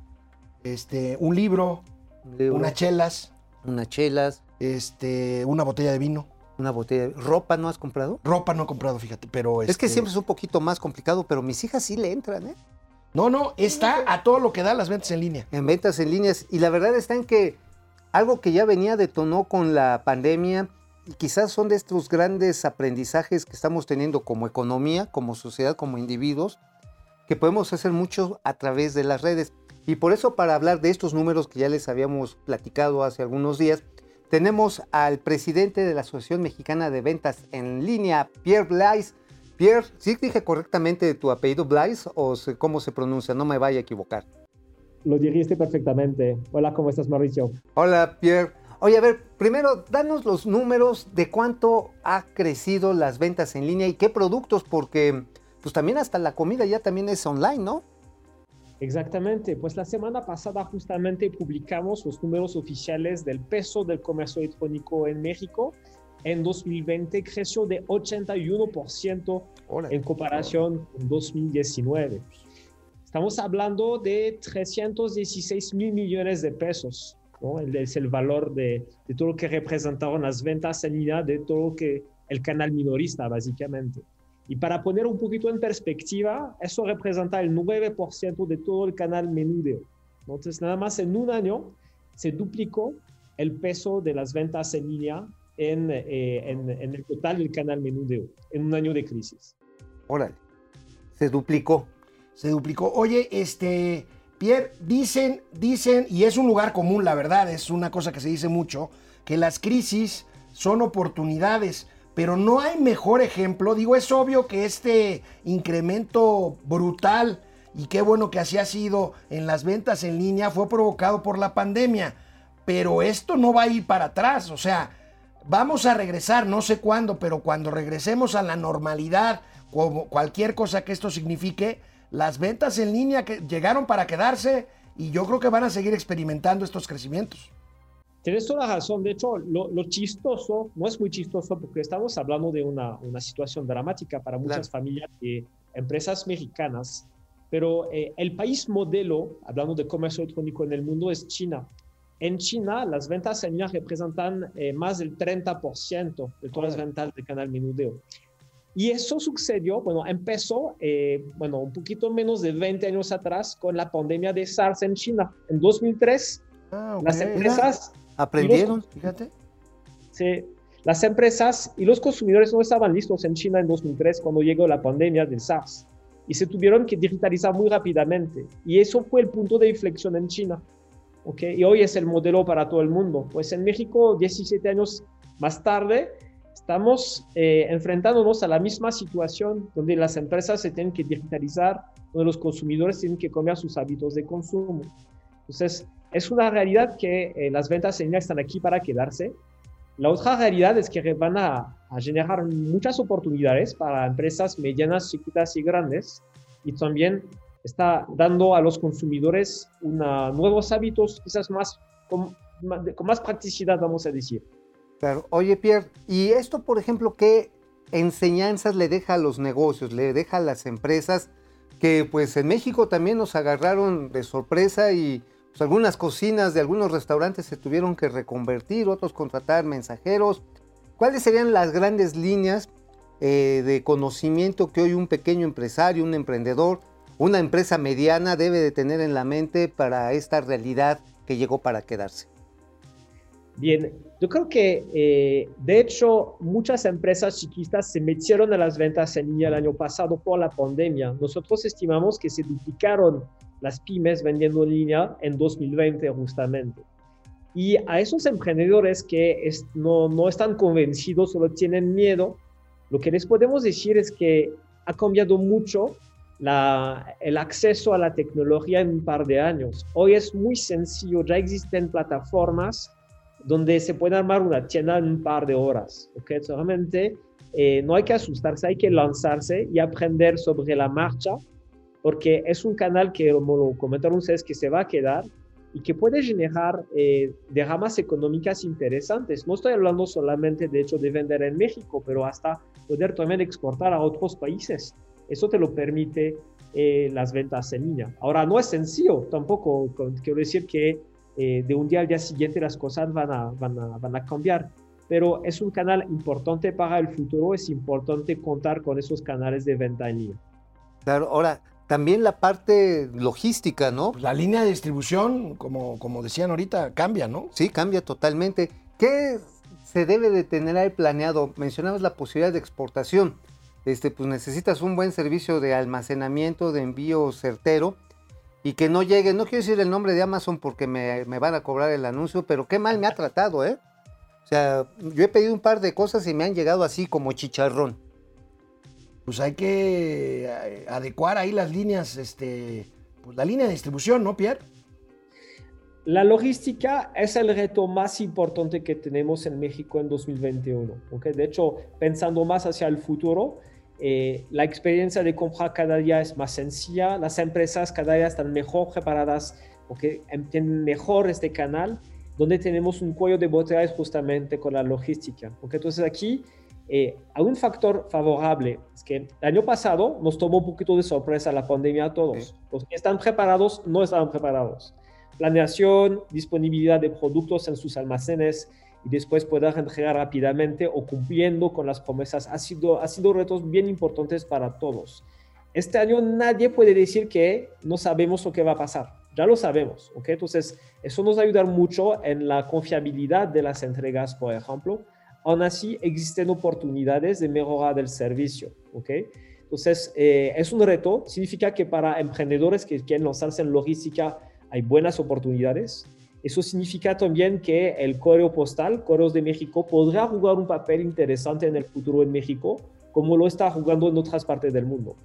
Este, un libro, Un libro, unas chelas, unas chelas, este, una botella de vino. una botella de ropa, ¿no has comprado? Ropa no he comprado, fíjate, pero Es que este, siempre es un poquito más complicado, pero mis hijas sí le entran, ¿eh? No, no, está a todo lo que da las ventas en línea. En ventas en líneas. Y la verdad está en que algo que ya venía detonó con la pandemia y quizás son de estos grandes aprendizajes que estamos teniendo como economía, como sociedad, como individuos, que podemos hacer mucho a través de las redes. Y por eso, para hablar de estos números que ya les habíamos platicado hace algunos días, tenemos al presidente de la Asociación Mexicana de Ventas en Línea, Pierre Blaise. Pierre, ¿sí dije correctamente tu apellido Blaise o se- cómo se pronuncia? No me vaya a equivocar. Lo dijiste perfectamente. Hola, ¿cómo estás, Mauricio? Hola, Pierre. Oye, a ver, primero, danos los números de cuánto ha crecido las ventas en línea y qué productos, porque pues también hasta la comida ya también es online, ¿no? Exactamente. Pues la semana pasada justamente publicamos los números oficiales del peso del comercio electrónico en México. En dos mil veinte creció de ochenta y uno por ciento en comparación con dos mil diecinueve. Estamos hablando de trescientos dieciséis mil millones de pesos, ¿no? Es el valor de, de todo lo que representaron las ventas en línea, de todo lo que el canal minorista, básicamente. Y para poner un poquito en perspectiva, eso representa el nueve por ciento de todo el canal menudeo. Entonces, nada más en un año se duplicó el peso de las ventas en línea en, eh, en, en el total del canal menudeo, en un año de crisis. Órale, se duplicó. Se duplicó. Oye, este, Pierre, dicen, dicen, y es un lugar común, la verdad, es una cosa que se dice mucho, que las crisis son oportunidades, pero no hay mejor ejemplo. Digo, es obvio que este incremento brutal, y qué bueno que así ha sido en las ventas en línea, fue provocado por la pandemia, pero esto no va a ir para atrás, o sea, vamos a regresar, no sé cuándo, pero cuando regresemos a la normalidad, como cualquier cosa que esto signifique, las ventas en línea que llegaron para quedarse y yo creo que van a seguir experimentando estos crecimientos. Tienes toda la razón. De hecho, lo, lo chistoso, no es muy chistoso porque estamos hablando de una, una situación dramática para muchas claro. familias y empresas mexicanas, pero eh, el país modelo, hablando de comercio electrónico en el mundo, es China. En China, las ventas en línea representan eh, más del treinta por ciento de todas las ventas del canal menudeo. Y eso sucedió, bueno, empezó, eh, bueno, un poquito menos de veinte años atrás con la pandemia de SARS en China. En dos mil tres, ah, okay. las empresas... ¿Aprendieron? Los, Fíjate. Sí, las empresas y los consumidores no estaban listos en China en dos mil tres cuando llegó la pandemia del SARS. Y se tuvieron que digitalizar muy rápidamente. Y eso fue el punto de inflexión en China. ¿Okay? Y hoy es el modelo para todo el mundo. Pues en México, diecisiete años más tarde, estamos eh, enfrentándonos a la misma situación donde las empresas se tienen que digitalizar, donde los consumidores tienen que cambiar sus hábitos de consumo. Entonces, es una realidad que eh, las ventas en línea están aquí para quedarse. La otra realidad es que van a, a generar muchas oportunidades para empresas medianas, chiquitas y grandes, y también está dando a los consumidores una, nuevos hábitos, quizás más con, con más practicidad, vamos a decir. Claro. Oye, Pierre, ¿y esto, por ejemplo, qué enseñanzas le deja a los negocios, le deja a las empresas que, pues, en México también nos agarraron de sorpresa y pues, algunas cocinas de algunos restaurantes se tuvieron que reconvertir, otros contratar mensajeros? ¿Cuáles serían las grandes líneas eh, de conocimiento que hoy un pequeño empresario, un emprendedor, una empresa mediana debe de tener en la mente para esta realidad que llegó para quedarse? Bien, yo creo que, eh, de hecho, muchas empresas chiquitas se metieron a las ventas en línea el año pasado por la pandemia. Nosotros estimamos que se duplicaron las pymes vendiendo en línea en dos mil veinte justamente. Y a esos emprendedores que es, no, no están convencidos, solo tienen miedo, lo que les podemos decir es que ha cambiado mucho la, el acceso a la tecnología en un par de años. Hoy es muy sencillo, ya existen plataformas donde se puede armar una tienda en un par de horas. ¿Okay? Solamente eh, no hay que asustarse, hay que lanzarse y aprender sobre la marcha, porque es un canal que, como lo comentaron ustedes, que se va a quedar y que puede generar eh, derramas económicas interesantes. No estoy hablando solamente de hecho de vender en México, pero hasta poder también exportar a otros países. Eso te lo permite eh, las ventas en línea. Ahora, no es sencillo tampoco, quiero decir que Eh, de un día al día siguiente las cosas van a, van, a, van a cambiar, pero es un canal importante para el futuro, es importante contar con esos canales de venta en línea. Claro, ahora, también la parte logística, ¿no? Pues la línea de distribución, como, como decían ahorita, cambia, ¿no? Sí, cambia totalmente. ¿Qué se debe de tener ahí planeado? Mencionamos la posibilidad de exportación. Este, pues necesitas un buen servicio de almacenamiento, de envío certero, y que no llegue, no quiero decir el nombre de Amazon porque me, me van a cobrar el anuncio, pero qué mal me ha tratado, ¿eh? O sea, yo he pedido un par de cosas y me han llegado así como chicharrón. Pues hay que adecuar ahí las líneas, este, pues la línea de distribución, ¿no, Pierre? La logística es el reto más importante que tenemos en México en dos mil veintiuno. ¿Okay? De hecho, pensando más hacia el futuro, Eh, la experiencia de compra cada día es más sencilla, las empresas cada día están mejor preparadas porque entienden mejor este canal, donde tenemos un cuello de botella es justamente con la logística. ¿Okay? Entonces aquí eh, hay un factor favorable, es que el año pasado nos tomó un poquito de sorpresa la pandemia a todos. Sí. Los que están preparados no estaban preparados. Planeación, disponibilidad de productos en sus almacenes y después poder entregar rápidamente o cumpliendo con las promesas. Ha sido, ha sido retos bien importantes para todos. Este año nadie puede decir que no sabemos lo que va a pasar. Ya lo sabemos, ¿ok? Entonces, eso nos ayuda mucho en la confiabilidad de las entregas, por ejemplo. Aún así, existen oportunidades de mejorar el servicio, ¿ok? Entonces, eh, es un reto. Significa que para emprendedores que quieren lanzarse en logística hay buenas oportunidades. Eso significa también que el correo postal, Correos de México, podrá jugar un papel interesante en el futuro en México, como lo está jugando en otras partes del mundo.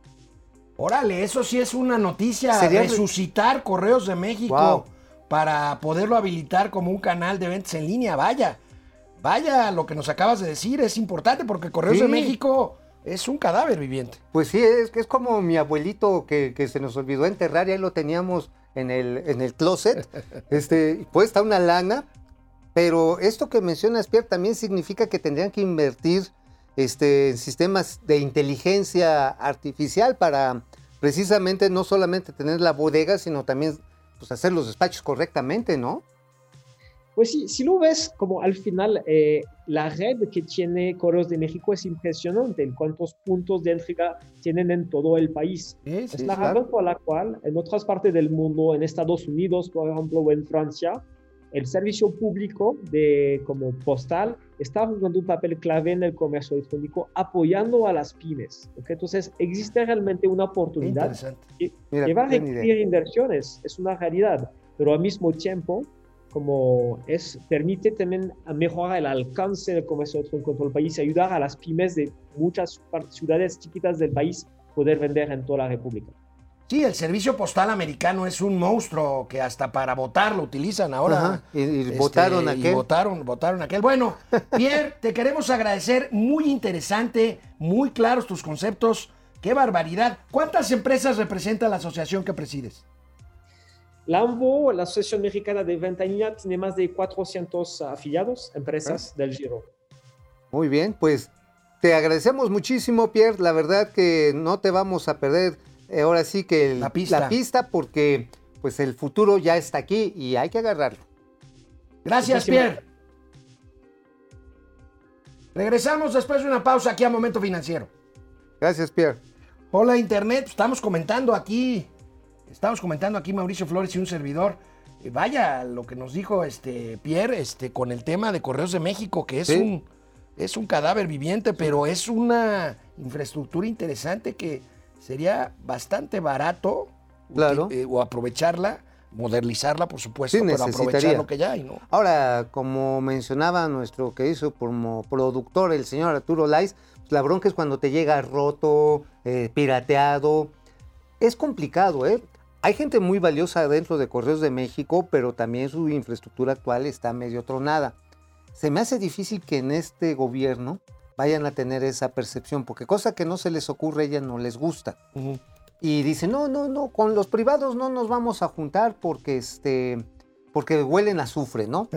Órale, eso sí es una noticia. Sería resucitar Correos de México wow. para poderlo habilitar como un canal de ventas en línea. Vaya, vaya, lo que nos acabas de decir es importante porque Correos sí. de México es un cadáver viviente. Pues sí, es, es como mi abuelito que, que se nos olvidó enterrar y ahí lo teníamos en el, en el closet. Este, pues está una lana, pero esto que mencionas, Pierre, también significa que tendrían que invertir Este, en sistemas de inteligencia artificial para precisamente no solamente tener la bodega, sino también pues, hacer los despachos correctamente, ¿no? Pues sí, si lo ves, como al final eh, la red que tiene Correos de México es impresionante en cuántos puntos de entrega tienen en todo el país. Sí, es sí, la claro. razón por la cual en otras partes del mundo, en Estados Unidos, por ejemplo, o en Francia, el servicio público de, como postal está jugando un papel clave en el comercio electrónico, apoyando a las pymes. ¿Okay? Entonces, existe realmente una oportunidad que, Mira, que va a buena requerir idea. inversiones, es una realidad, pero al mismo tiempo, como es, permite también mejorar el alcance del comercio electrónico en todo el país y ayudar a las pymes de muchas ciudades chiquitas del país poder vender en toda la República. Sí, el servicio postal americano es un monstruo que hasta para votar lo utilizan ahora. Ajá, y, y Este, votaron y aquel. votaron, votaron aquel. Bueno, Pierre, te queremos agradecer. Muy interesante, muy claros tus conceptos. ¡Qué barbaridad! ¿Cuántas empresas representa la asociación que presides? La AMBO, la Asociación Mexicana de Venta en Línea, tiene más de cuatrocientos afiliados, empresas ¿Eh? del giro. Muy bien, pues te agradecemos muchísimo, Pierre. La verdad que no te vamos a perder eh, ahora sí que el, la, pista. la pista porque pues el futuro ya está aquí y hay que agarrarlo. Gracias, Pierre. Regresamos después de una pausa aquí a Momento Financiero. Gracias, Pierre. Hola, Internet. Estamos comentando aquí, estamos comentando aquí Mauricio Flores y un servidor. Eh, vaya lo que nos dijo este Pierre este, con el tema de Correos de México, que es, ¿Sí? un, es un cadáver viviente, pero es una infraestructura interesante que sería bastante barato claro. eh, o aprovecharla, modernizarla, por supuesto, sí, pero aprovechar lo que ya hay, ¿no? Ahora, como mencionaba nuestro que hizo como productor el señor Arturo Lais, pues la bronca es cuando te llega roto, eh, pirateado. Es complicado, ¿eh? Hay gente muy valiosa dentro de Correos de México, pero también su infraestructura actual está medio tronada. Se me hace difícil que en este gobierno vayan a tener esa percepción, porque cosa que no se les ocurre, a ellas no les gusta. Uh-huh. Y dicen, no, no, no, con los privados no nos vamos a juntar porque, este, porque huelen a azufre, ¿no?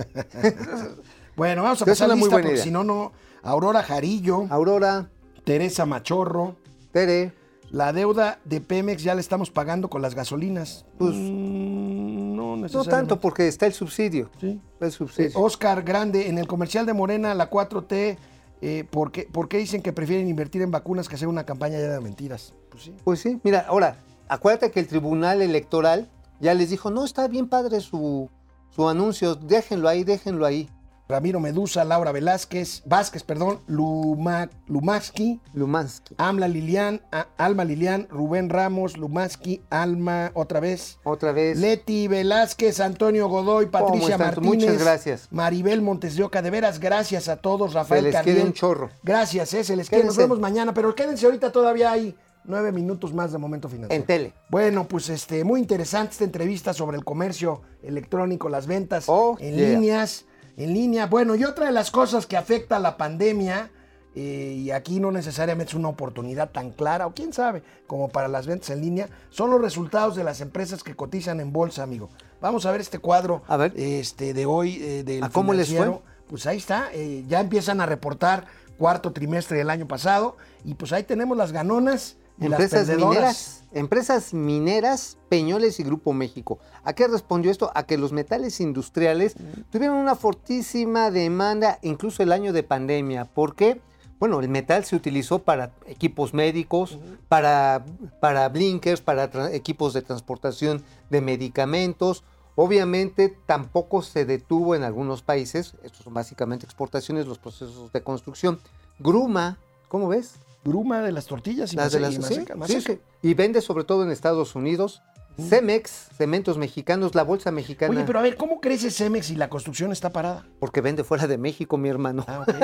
Bueno, vamos a pasar la lista porque si no, no. Aurora Jarillo. Aurora. Teresa Machorro. Tere. La deuda de Pemex ya la estamos pagando con las gasolinas. Pues mm, no necesariamente. No tanto porque está el subsidio. Sí. El subsidio. Eh, Oscar Grande, en el comercial de Morena, la cuatro T, eh, ¿por qué, ¿por qué dicen que prefieren invertir en vacunas que hacer una campaña ya de mentiras? Pues sí. Pues sí. Mira, ahora, acuérdate que el Tribunal Electoral ya les dijo, no, está bien padre su, su anuncio, déjenlo ahí, déjenlo ahí. Ramiro Medusa, Laura Velázquez, Vázquez, perdón, Luma, Lumaski, Lumansky, Amla Lilian, a, Alma Lilian, Rubén Ramos, Lumaski, Alma, otra vez. Otra vez. Leti Velázquez, Antonio Godoy, Patricia Martínez. Muchas gracias. Maribel Montes de Oca, de veras, gracias a todos. Rafael Se les Cardiel. quiere un chorro. Gracias, eh, se les quiere. Nos vemos mañana, pero quédense ahorita, todavía hay nueve minutos más de Momento Financiero. En tele. Bueno, pues este, muy interesante esta entrevista sobre el comercio electrónico, las ventas oh, en yeah. líneas. En línea, bueno, y otra de las cosas que afecta a la pandemia, eh, y aquí no necesariamente es una oportunidad tan clara, o quién sabe, como para las ventas en línea, son los resultados de las empresas que cotizan en bolsa, amigo. Vamos a ver este cuadro a ver. Este, de hoy, eh, del ¿A cómo les fue? Pues ahí está, eh, ya empiezan a reportar cuarto trimestre del año pasado, y pues ahí tenemos las ganonas, ¿Y las Empresas perdedoras? mineras, empresas mineras, Peñoles y Grupo México. ¿A qué respondió esto? A que los metales industriales tuvieron una fortísima demanda incluso el año de pandemia. ¿Por qué? Bueno, el metal se utilizó para equipos médicos, uh-huh. para, para blinkers, para tra- equipos de transportación de medicamentos. Obviamente tampoco se detuvo en algunos países, estos son básicamente exportaciones, los procesos de construcción. Gruma, ¿cómo ves? Gruma de las tortillas y Las de las, y sí, maseca, sí, maseca. sí. Y vende sobre todo en Estados Unidos. Mm. Cemex, Cementos Mexicanos, la bolsa mexicana. Oye, pero a ver, ¿cómo crece Cemex y la construcción está parada? Porque vende fuera de México, mi hermano. Ah, ok.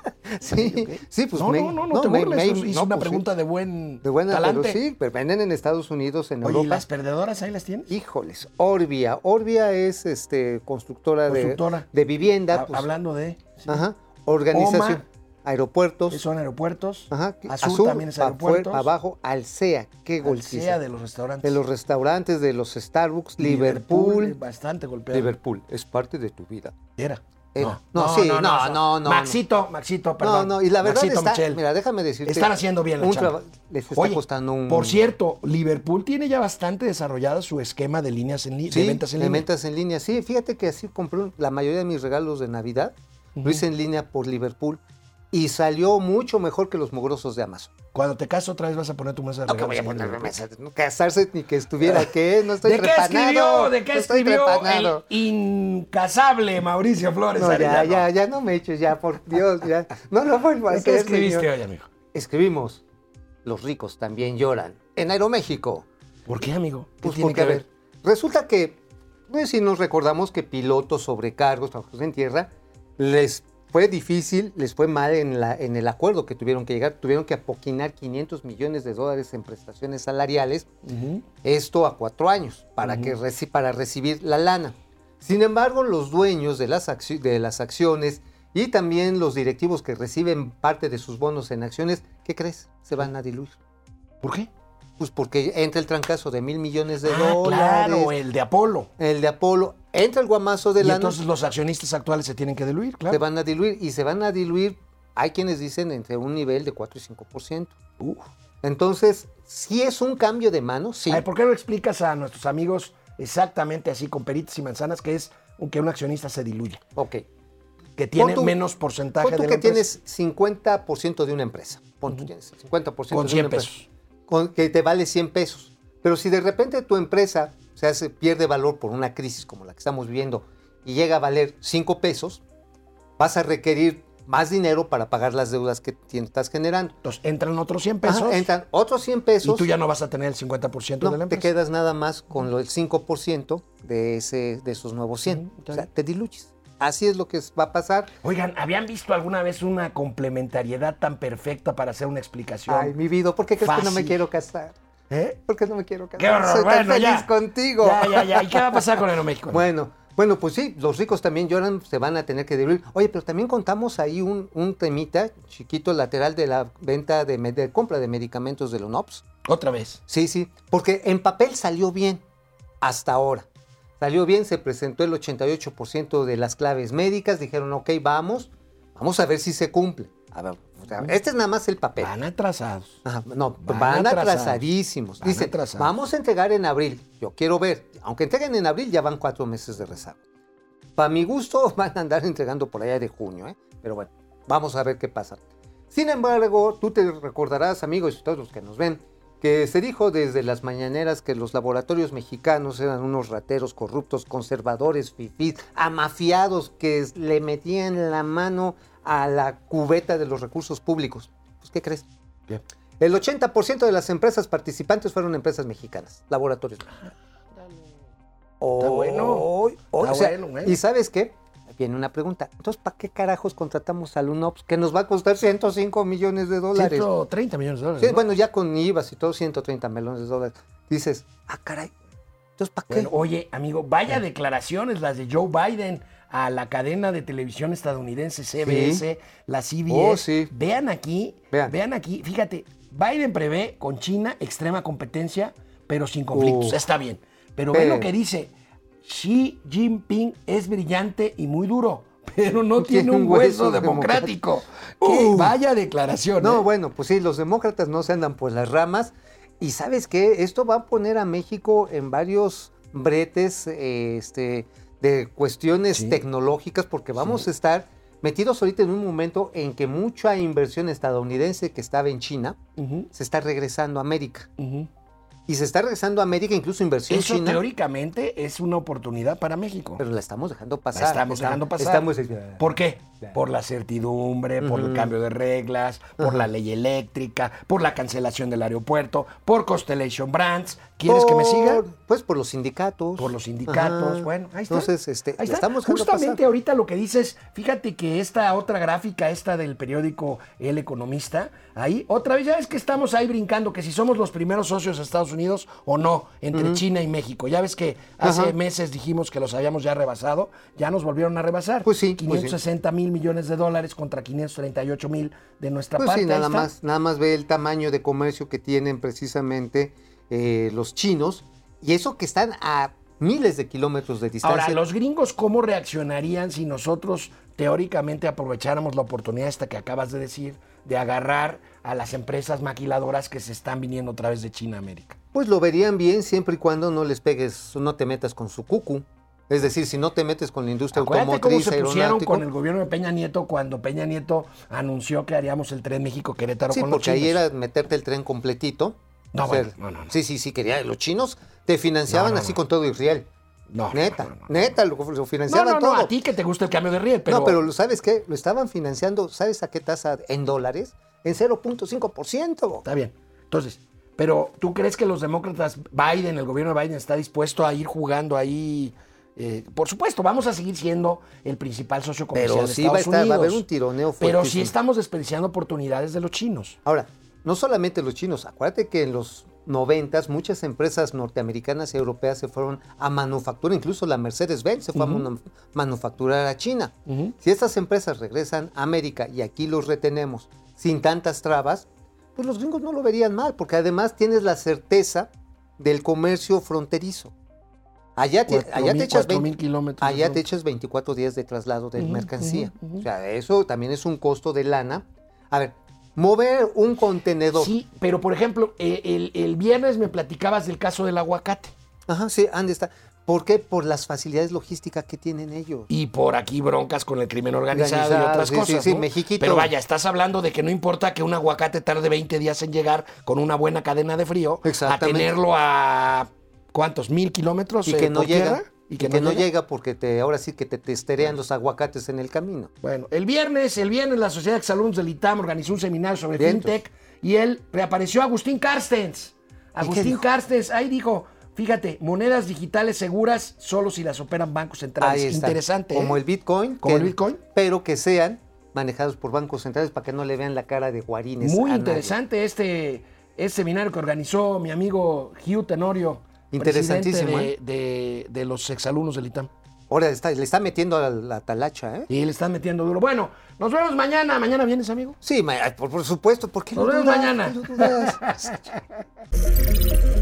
sí, okay, okay. sí, pues no, me, no, no, no, no te me, burles, me, hizo no, una pues, pregunta sí. de buen de buena, talante. pero sí, pero venden en Estados Unidos, en Oye, Europa. ¿y las perdedoras ahí las tienes? Híjoles, Orbia. Orbia es este constructora, constructora. De, de vivienda. Ha, pues, hablando de... Sí. Ajá, organización. Oma, aeropuertos. Son aeropuertos. Ajá. Azul, Azul también es pa aeropuertos. Para abajo, Alsea. Qué golpiza. Alsea de los restaurantes. De los restaurantes, de los Starbucks, Liverpool. Liverpool bastante golpeado. Liverpool, es parte de tu vida. Era. Era. No, no, sí, no, no, no, no. Maxito, Maxito, perdón. No, no, y la verdad Maxito está, Michel. mira, déjame decirte. Están haciendo bien la un chamba. traba- Les está Oye, costando un... por cierto, Liverpool tiene ya bastante desarrollado su esquema de líneas en li- sí, de ventas en de línea. ventas en línea. Sí, fíjate que así compré un- la mayoría de mis regalos de Navidad. Uh-huh. Lo hice en línea por Liverpool. Y salió mucho mejor que los mugrosos de Amazon. Cuando te cases otra vez vas a poner tu mesa de No, que regalos. voy a en poner Liverpool. mesa, no casarse ni que estuviera, ¿qué? No estoy ¿De qué trepanado. escribió, ¿de qué no estoy escribió trepanado. el incasable Mauricio Flores No, ya, Arellano? ya, ya no me eches, ya, por Dios, ya. No lo vuelvo a ¿De hacer, qué escribiste señor. hoy, amigo? Escribimos, los ricos también lloran. En Aeroméxico. ¿Por qué, amigo? ¿Qué Pues tiene porque, que a ver, resulta que, no sé si nos recordamos que pilotos, sobrecargos, trabajos en tierra, les fue difícil, les fue mal en, la, en el acuerdo que tuvieron que llegar. Tuvieron que apoquinar quinientos millones de dólares en prestaciones salariales, Uh-huh. esto a cuatro años, para, Ujú. que reci- para recibir la lana. Sin embargo, los dueños de las, acci- de las acciones y también los directivos que reciben parte de sus bonos en acciones, ¿qué crees? Se van a diluir. ¿Por qué? Pues porque entra el trancazo de mil millones de Ah, dólares. claro, el de Apolo. El de Apolo, entra el guamazo de Y lana, entonces los accionistas actuales se tienen que diluir, claro. se van a diluir y se van a diluir, hay quienes dicen entre un nivel de cuatro y cinco por ciento. Uh. Entonces, sí es un cambio de mano, sí. A ver, ¿por qué no explicas a nuestros amigos exactamente así, con peritas y manzanas, que es que un accionista se diluye? Ok. Que tiene Pon tú- menos porcentaje Pon tú de la que empresa. tienes cincuenta por ciento de una empresa. Pon tú tienes cincuenta por ciento Con de cien una empresa. pesos. Con, que te vale cien pesos. Pero si de repente tu empresa se hace, pierde valor por una crisis como la que estamos viviendo y llega a valer cinco pesos, vas a requerir más dinero para pagar las deudas que tien- estás generando. Entonces entran otros cien pesos Ajá, entran otros cien pesos. y tú ya no vas a tener el cincuenta por ciento no, de la te empresa. quedas nada más con lo, el cinco por ciento de, ese, de esos nuevos cien. Ujú, está O sea, bien. te diluyes. Así es lo que va a pasar. Oigan, ¿habían visto alguna vez una complementariedad tan perfecta para hacer una explicación? Ay, mi vida, ¿por qué crees que no me fácil. quiero casar? ¿Eh? ¿Por qué no me quiero casar? ¡Qué horror! Soy tan Bueno, feliz ya. contigo. Ya, ya, ya. ¿Y qué va a pasar con Aeroméxico? Bueno, bueno, pues sí, los ricos también lloran, se van a tener que diluir. Oye, pero también contamos ahí un, un temita chiquito lateral de la venta de, med- de compra de medicamentos de la UNOPS. Otra vez. Sí, sí, porque en papel salió bien hasta ahora. Salió bien, se presentó el ochenta y ocho por ciento de las claves médicas, dijeron, ok, vamos, vamos a ver si se cumple. A ver, o sea, este es nada más el papel. Van atrasados. Ajá, no, Van van, atrasados. atrasadísimos. Van Dicen, atrasados. vamos a entregar en abril. Yo quiero ver. Aunque entreguen en abril, ya van cuatro meses de rezago. Para mi gusto, van a andar entregando por allá de junio, ¿eh? Pero bueno, vamos a ver qué pasa. Sin embargo, tú te recordarás, amigos y todos los que nos ven, que se dijo desde las mañaneras que los laboratorios mexicanos eran unos rateros corruptos, conservadores, fifís, amafiados que le metían la mano a la cubeta de los recursos públicos. Pues, ¿qué crees? ¿Qué? El ochenta por ciento de las empresas participantes fueron empresas mexicanas, laboratorios mexicanos. Está bueno. Hoy- hoy, Está o sea, bueno, bueno. ¿y sabes qué? Viene una pregunta. Entonces, ¿para qué carajos contratamos al UNOPS que nos va a costar ciento cinco millones de dólares? ciento treinta millones de dólares. Sí, ¿no? bueno, ya con I V A y todo, ciento treinta millones de dólares. Dices, ah, caray. Entonces, ¿para qué? Bueno, oye, amigo, vaya declaraciones las de Joe Biden a la cadena de televisión estadounidense C B S, Sí. la C B S. Oh, sí. Vean aquí, Vean. vean aquí, fíjate, Biden prevé con China extrema competencia, pero sin conflictos. Uh. Está bien. Pero Pero- ve lo que dice. Xi Jinping es brillante y muy duro, pero no tiene un hueso democrático. ¡Qué Uh. vaya declaración! No, ¿eh? bueno, pues sí, los demócratas no se andan por las ramas. Y ¿sabes qué? Esto va a poner a México en varios bretes eh, este, de cuestiones Sí. tecnológicas, porque vamos Sí. a estar metidos ahorita en un momento en que mucha inversión estadounidense que estaba en China Ujú, se está regresando a América. ujú. Y se está regresando a América, incluso inversión Eso china. teóricamente es una oportunidad para México. Pero la estamos dejando pasar. La estamos Está- dejando pasar. Estamos... ¿Por qué? Por la certidumbre, por el Ujú. cambio de reglas, por Ajá. la ley eléctrica, por la cancelación del aeropuerto, por Constellation Brands. ¿Quieres que me siga? Por- Pues por los sindicatos. Por los sindicatos. Ajá. Bueno, ahí está. Entonces, este, Ahí la está. estamos dejando Justamente pasar. ahorita lo que dices, fíjate que esta otra gráfica, esta del periódico El Economista, ahí otra vez ya ves que estamos ahí brincando, que si somos los primeros socios de Estados Unidos o no, entre China y México. Ya ves que hace Ajá. meses dijimos que los habíamos ya rebasado, ya nos volvieron a rebasar. Pues sí, pues sí. quinientos sesenta mil millones de dólares contra quinientos treinta y ocho mil de nuestra Pues parte. sí, ahí nada está. más, nada más ve el tamaño de comercio que tienen precisamente eh, los chinos, y eso que están a miles de kilómetros de distancia. Ahora, los gringos, ¿cómo reaccionarían si nosotros teóricamente aprovecháramos la oportunidad esta que acabas de decir, de agarrar a las empresas maquiladoras que se están viniendo a través de China a América? Pues lo verían bien siempre y cuando no les pegues, no te metas con su cucu. Es decir, si no te metes con la industria Acuérdate cómo automotriz, se pusieron aeronáutico. con el gobierno de Peña Nieto cuando Peña Nieto anunció que haríamos el tren México-Querétaro Sí, con los porque ahí chinos. era meterte el tren completito. No, O sea, bueno, no, no, no. Sí, sí, sí, quería. Los chinos te financiaban No, no, así no. con todo Israel. No, Neta, no, no, no. neta, lo, lo No, financiaban no, todo. no, a ti que te gusta el cambio de riel, pero... No, pero ¿sabes qué? Lo estaban financiando, ¿sabes a qué tasa en dólares? En cero punto cinco por ciento. Está bien. Entonces, pero ¿tú crees que los demócratas, Biden, el gobierno de Biden, está dispuesto a ir jugando ahí? Eh, por supuesto, vamos a seguir siendo el principal socio comercial Pero de sí va a, Estados estar, va a haber Unidos. un tironeo Pero sí fuertísimo. estamos desperdiciando oportunidades de los chinos. Ahora, no solamente los chinos, acuérdate que en los noventas muchas empresas norteamericanas y europeas se fueron a manufacturar, incluso la Mercedes-Benz se fue Ujú. a manu- manufacturar a China. Ujú. Si estas empresas regresan a América y aquí los retenemos sin tantas trabas, pues los gringos no lo verían mal, porque además tienes la certeza del comercio fronterizo. Allá te, Cuatro allá mil- te echas cuatro veinte mil kilómetros de allá frontera. te echas veinticuatro días de traslado de Ujú, mercancía. ujú, ujú. O sea, eso también es un costo de lana. A ver, mover un contenedor. Sí, pero por ejemplo, eh, el, el viernes me platicabas del caso del aguacate. Ajá, sí, ¿dónde está? ¿Por qué? Por las facilidades logísticas que tienen ellos. Y por aquí broncas con el crimen organizado, y Organizado, otras sí, cosas. sí, sí, ¿no? Mexiquito. Pero vaya, estás hablando de que no importa que un aguacate tarde veinte días en llegar con una buena cadena de frío, a Exactamente. tenerlo a ¿cuántos? ¿Mil kilómetros? Y eh, que no por llega. tierra? Y que, no, llega porque te, ahora sí que te testerean los aguacates en el camino. Bueno, el viernes, el viernes la Sociedad de Exalumnos del ITAM organizó un seminario sobre Vientos. fintech y él reapareció Agustín Carstens. Agustín dijo? Carstens, ahí dijo, fíjate, monedas digitales seguras solo si las operan bancos centrales. Ahí está. Interesante. Como ¿eh? el Bitcoin. Como que- el Bitcoin. Pero que sean manejados por bancos centrales para que no le vean la cara de guarines. Muy a nadie. interesante este, este seminario que organizó mi amigo Hugh Tenorio, Interesantísimo, presidente de, de- de los exalumnos del ITAM. Ahora está, le está metiendo a la, la talacha, ¿eh? Y le están metiendo duro. Bueno, nos vemos mañana. ¿Mañana vienes, amigo? Sí, ma- por, por supuesto, ¿por qué Nos no vemos dudas? mañana. ¿Por qué no dudas?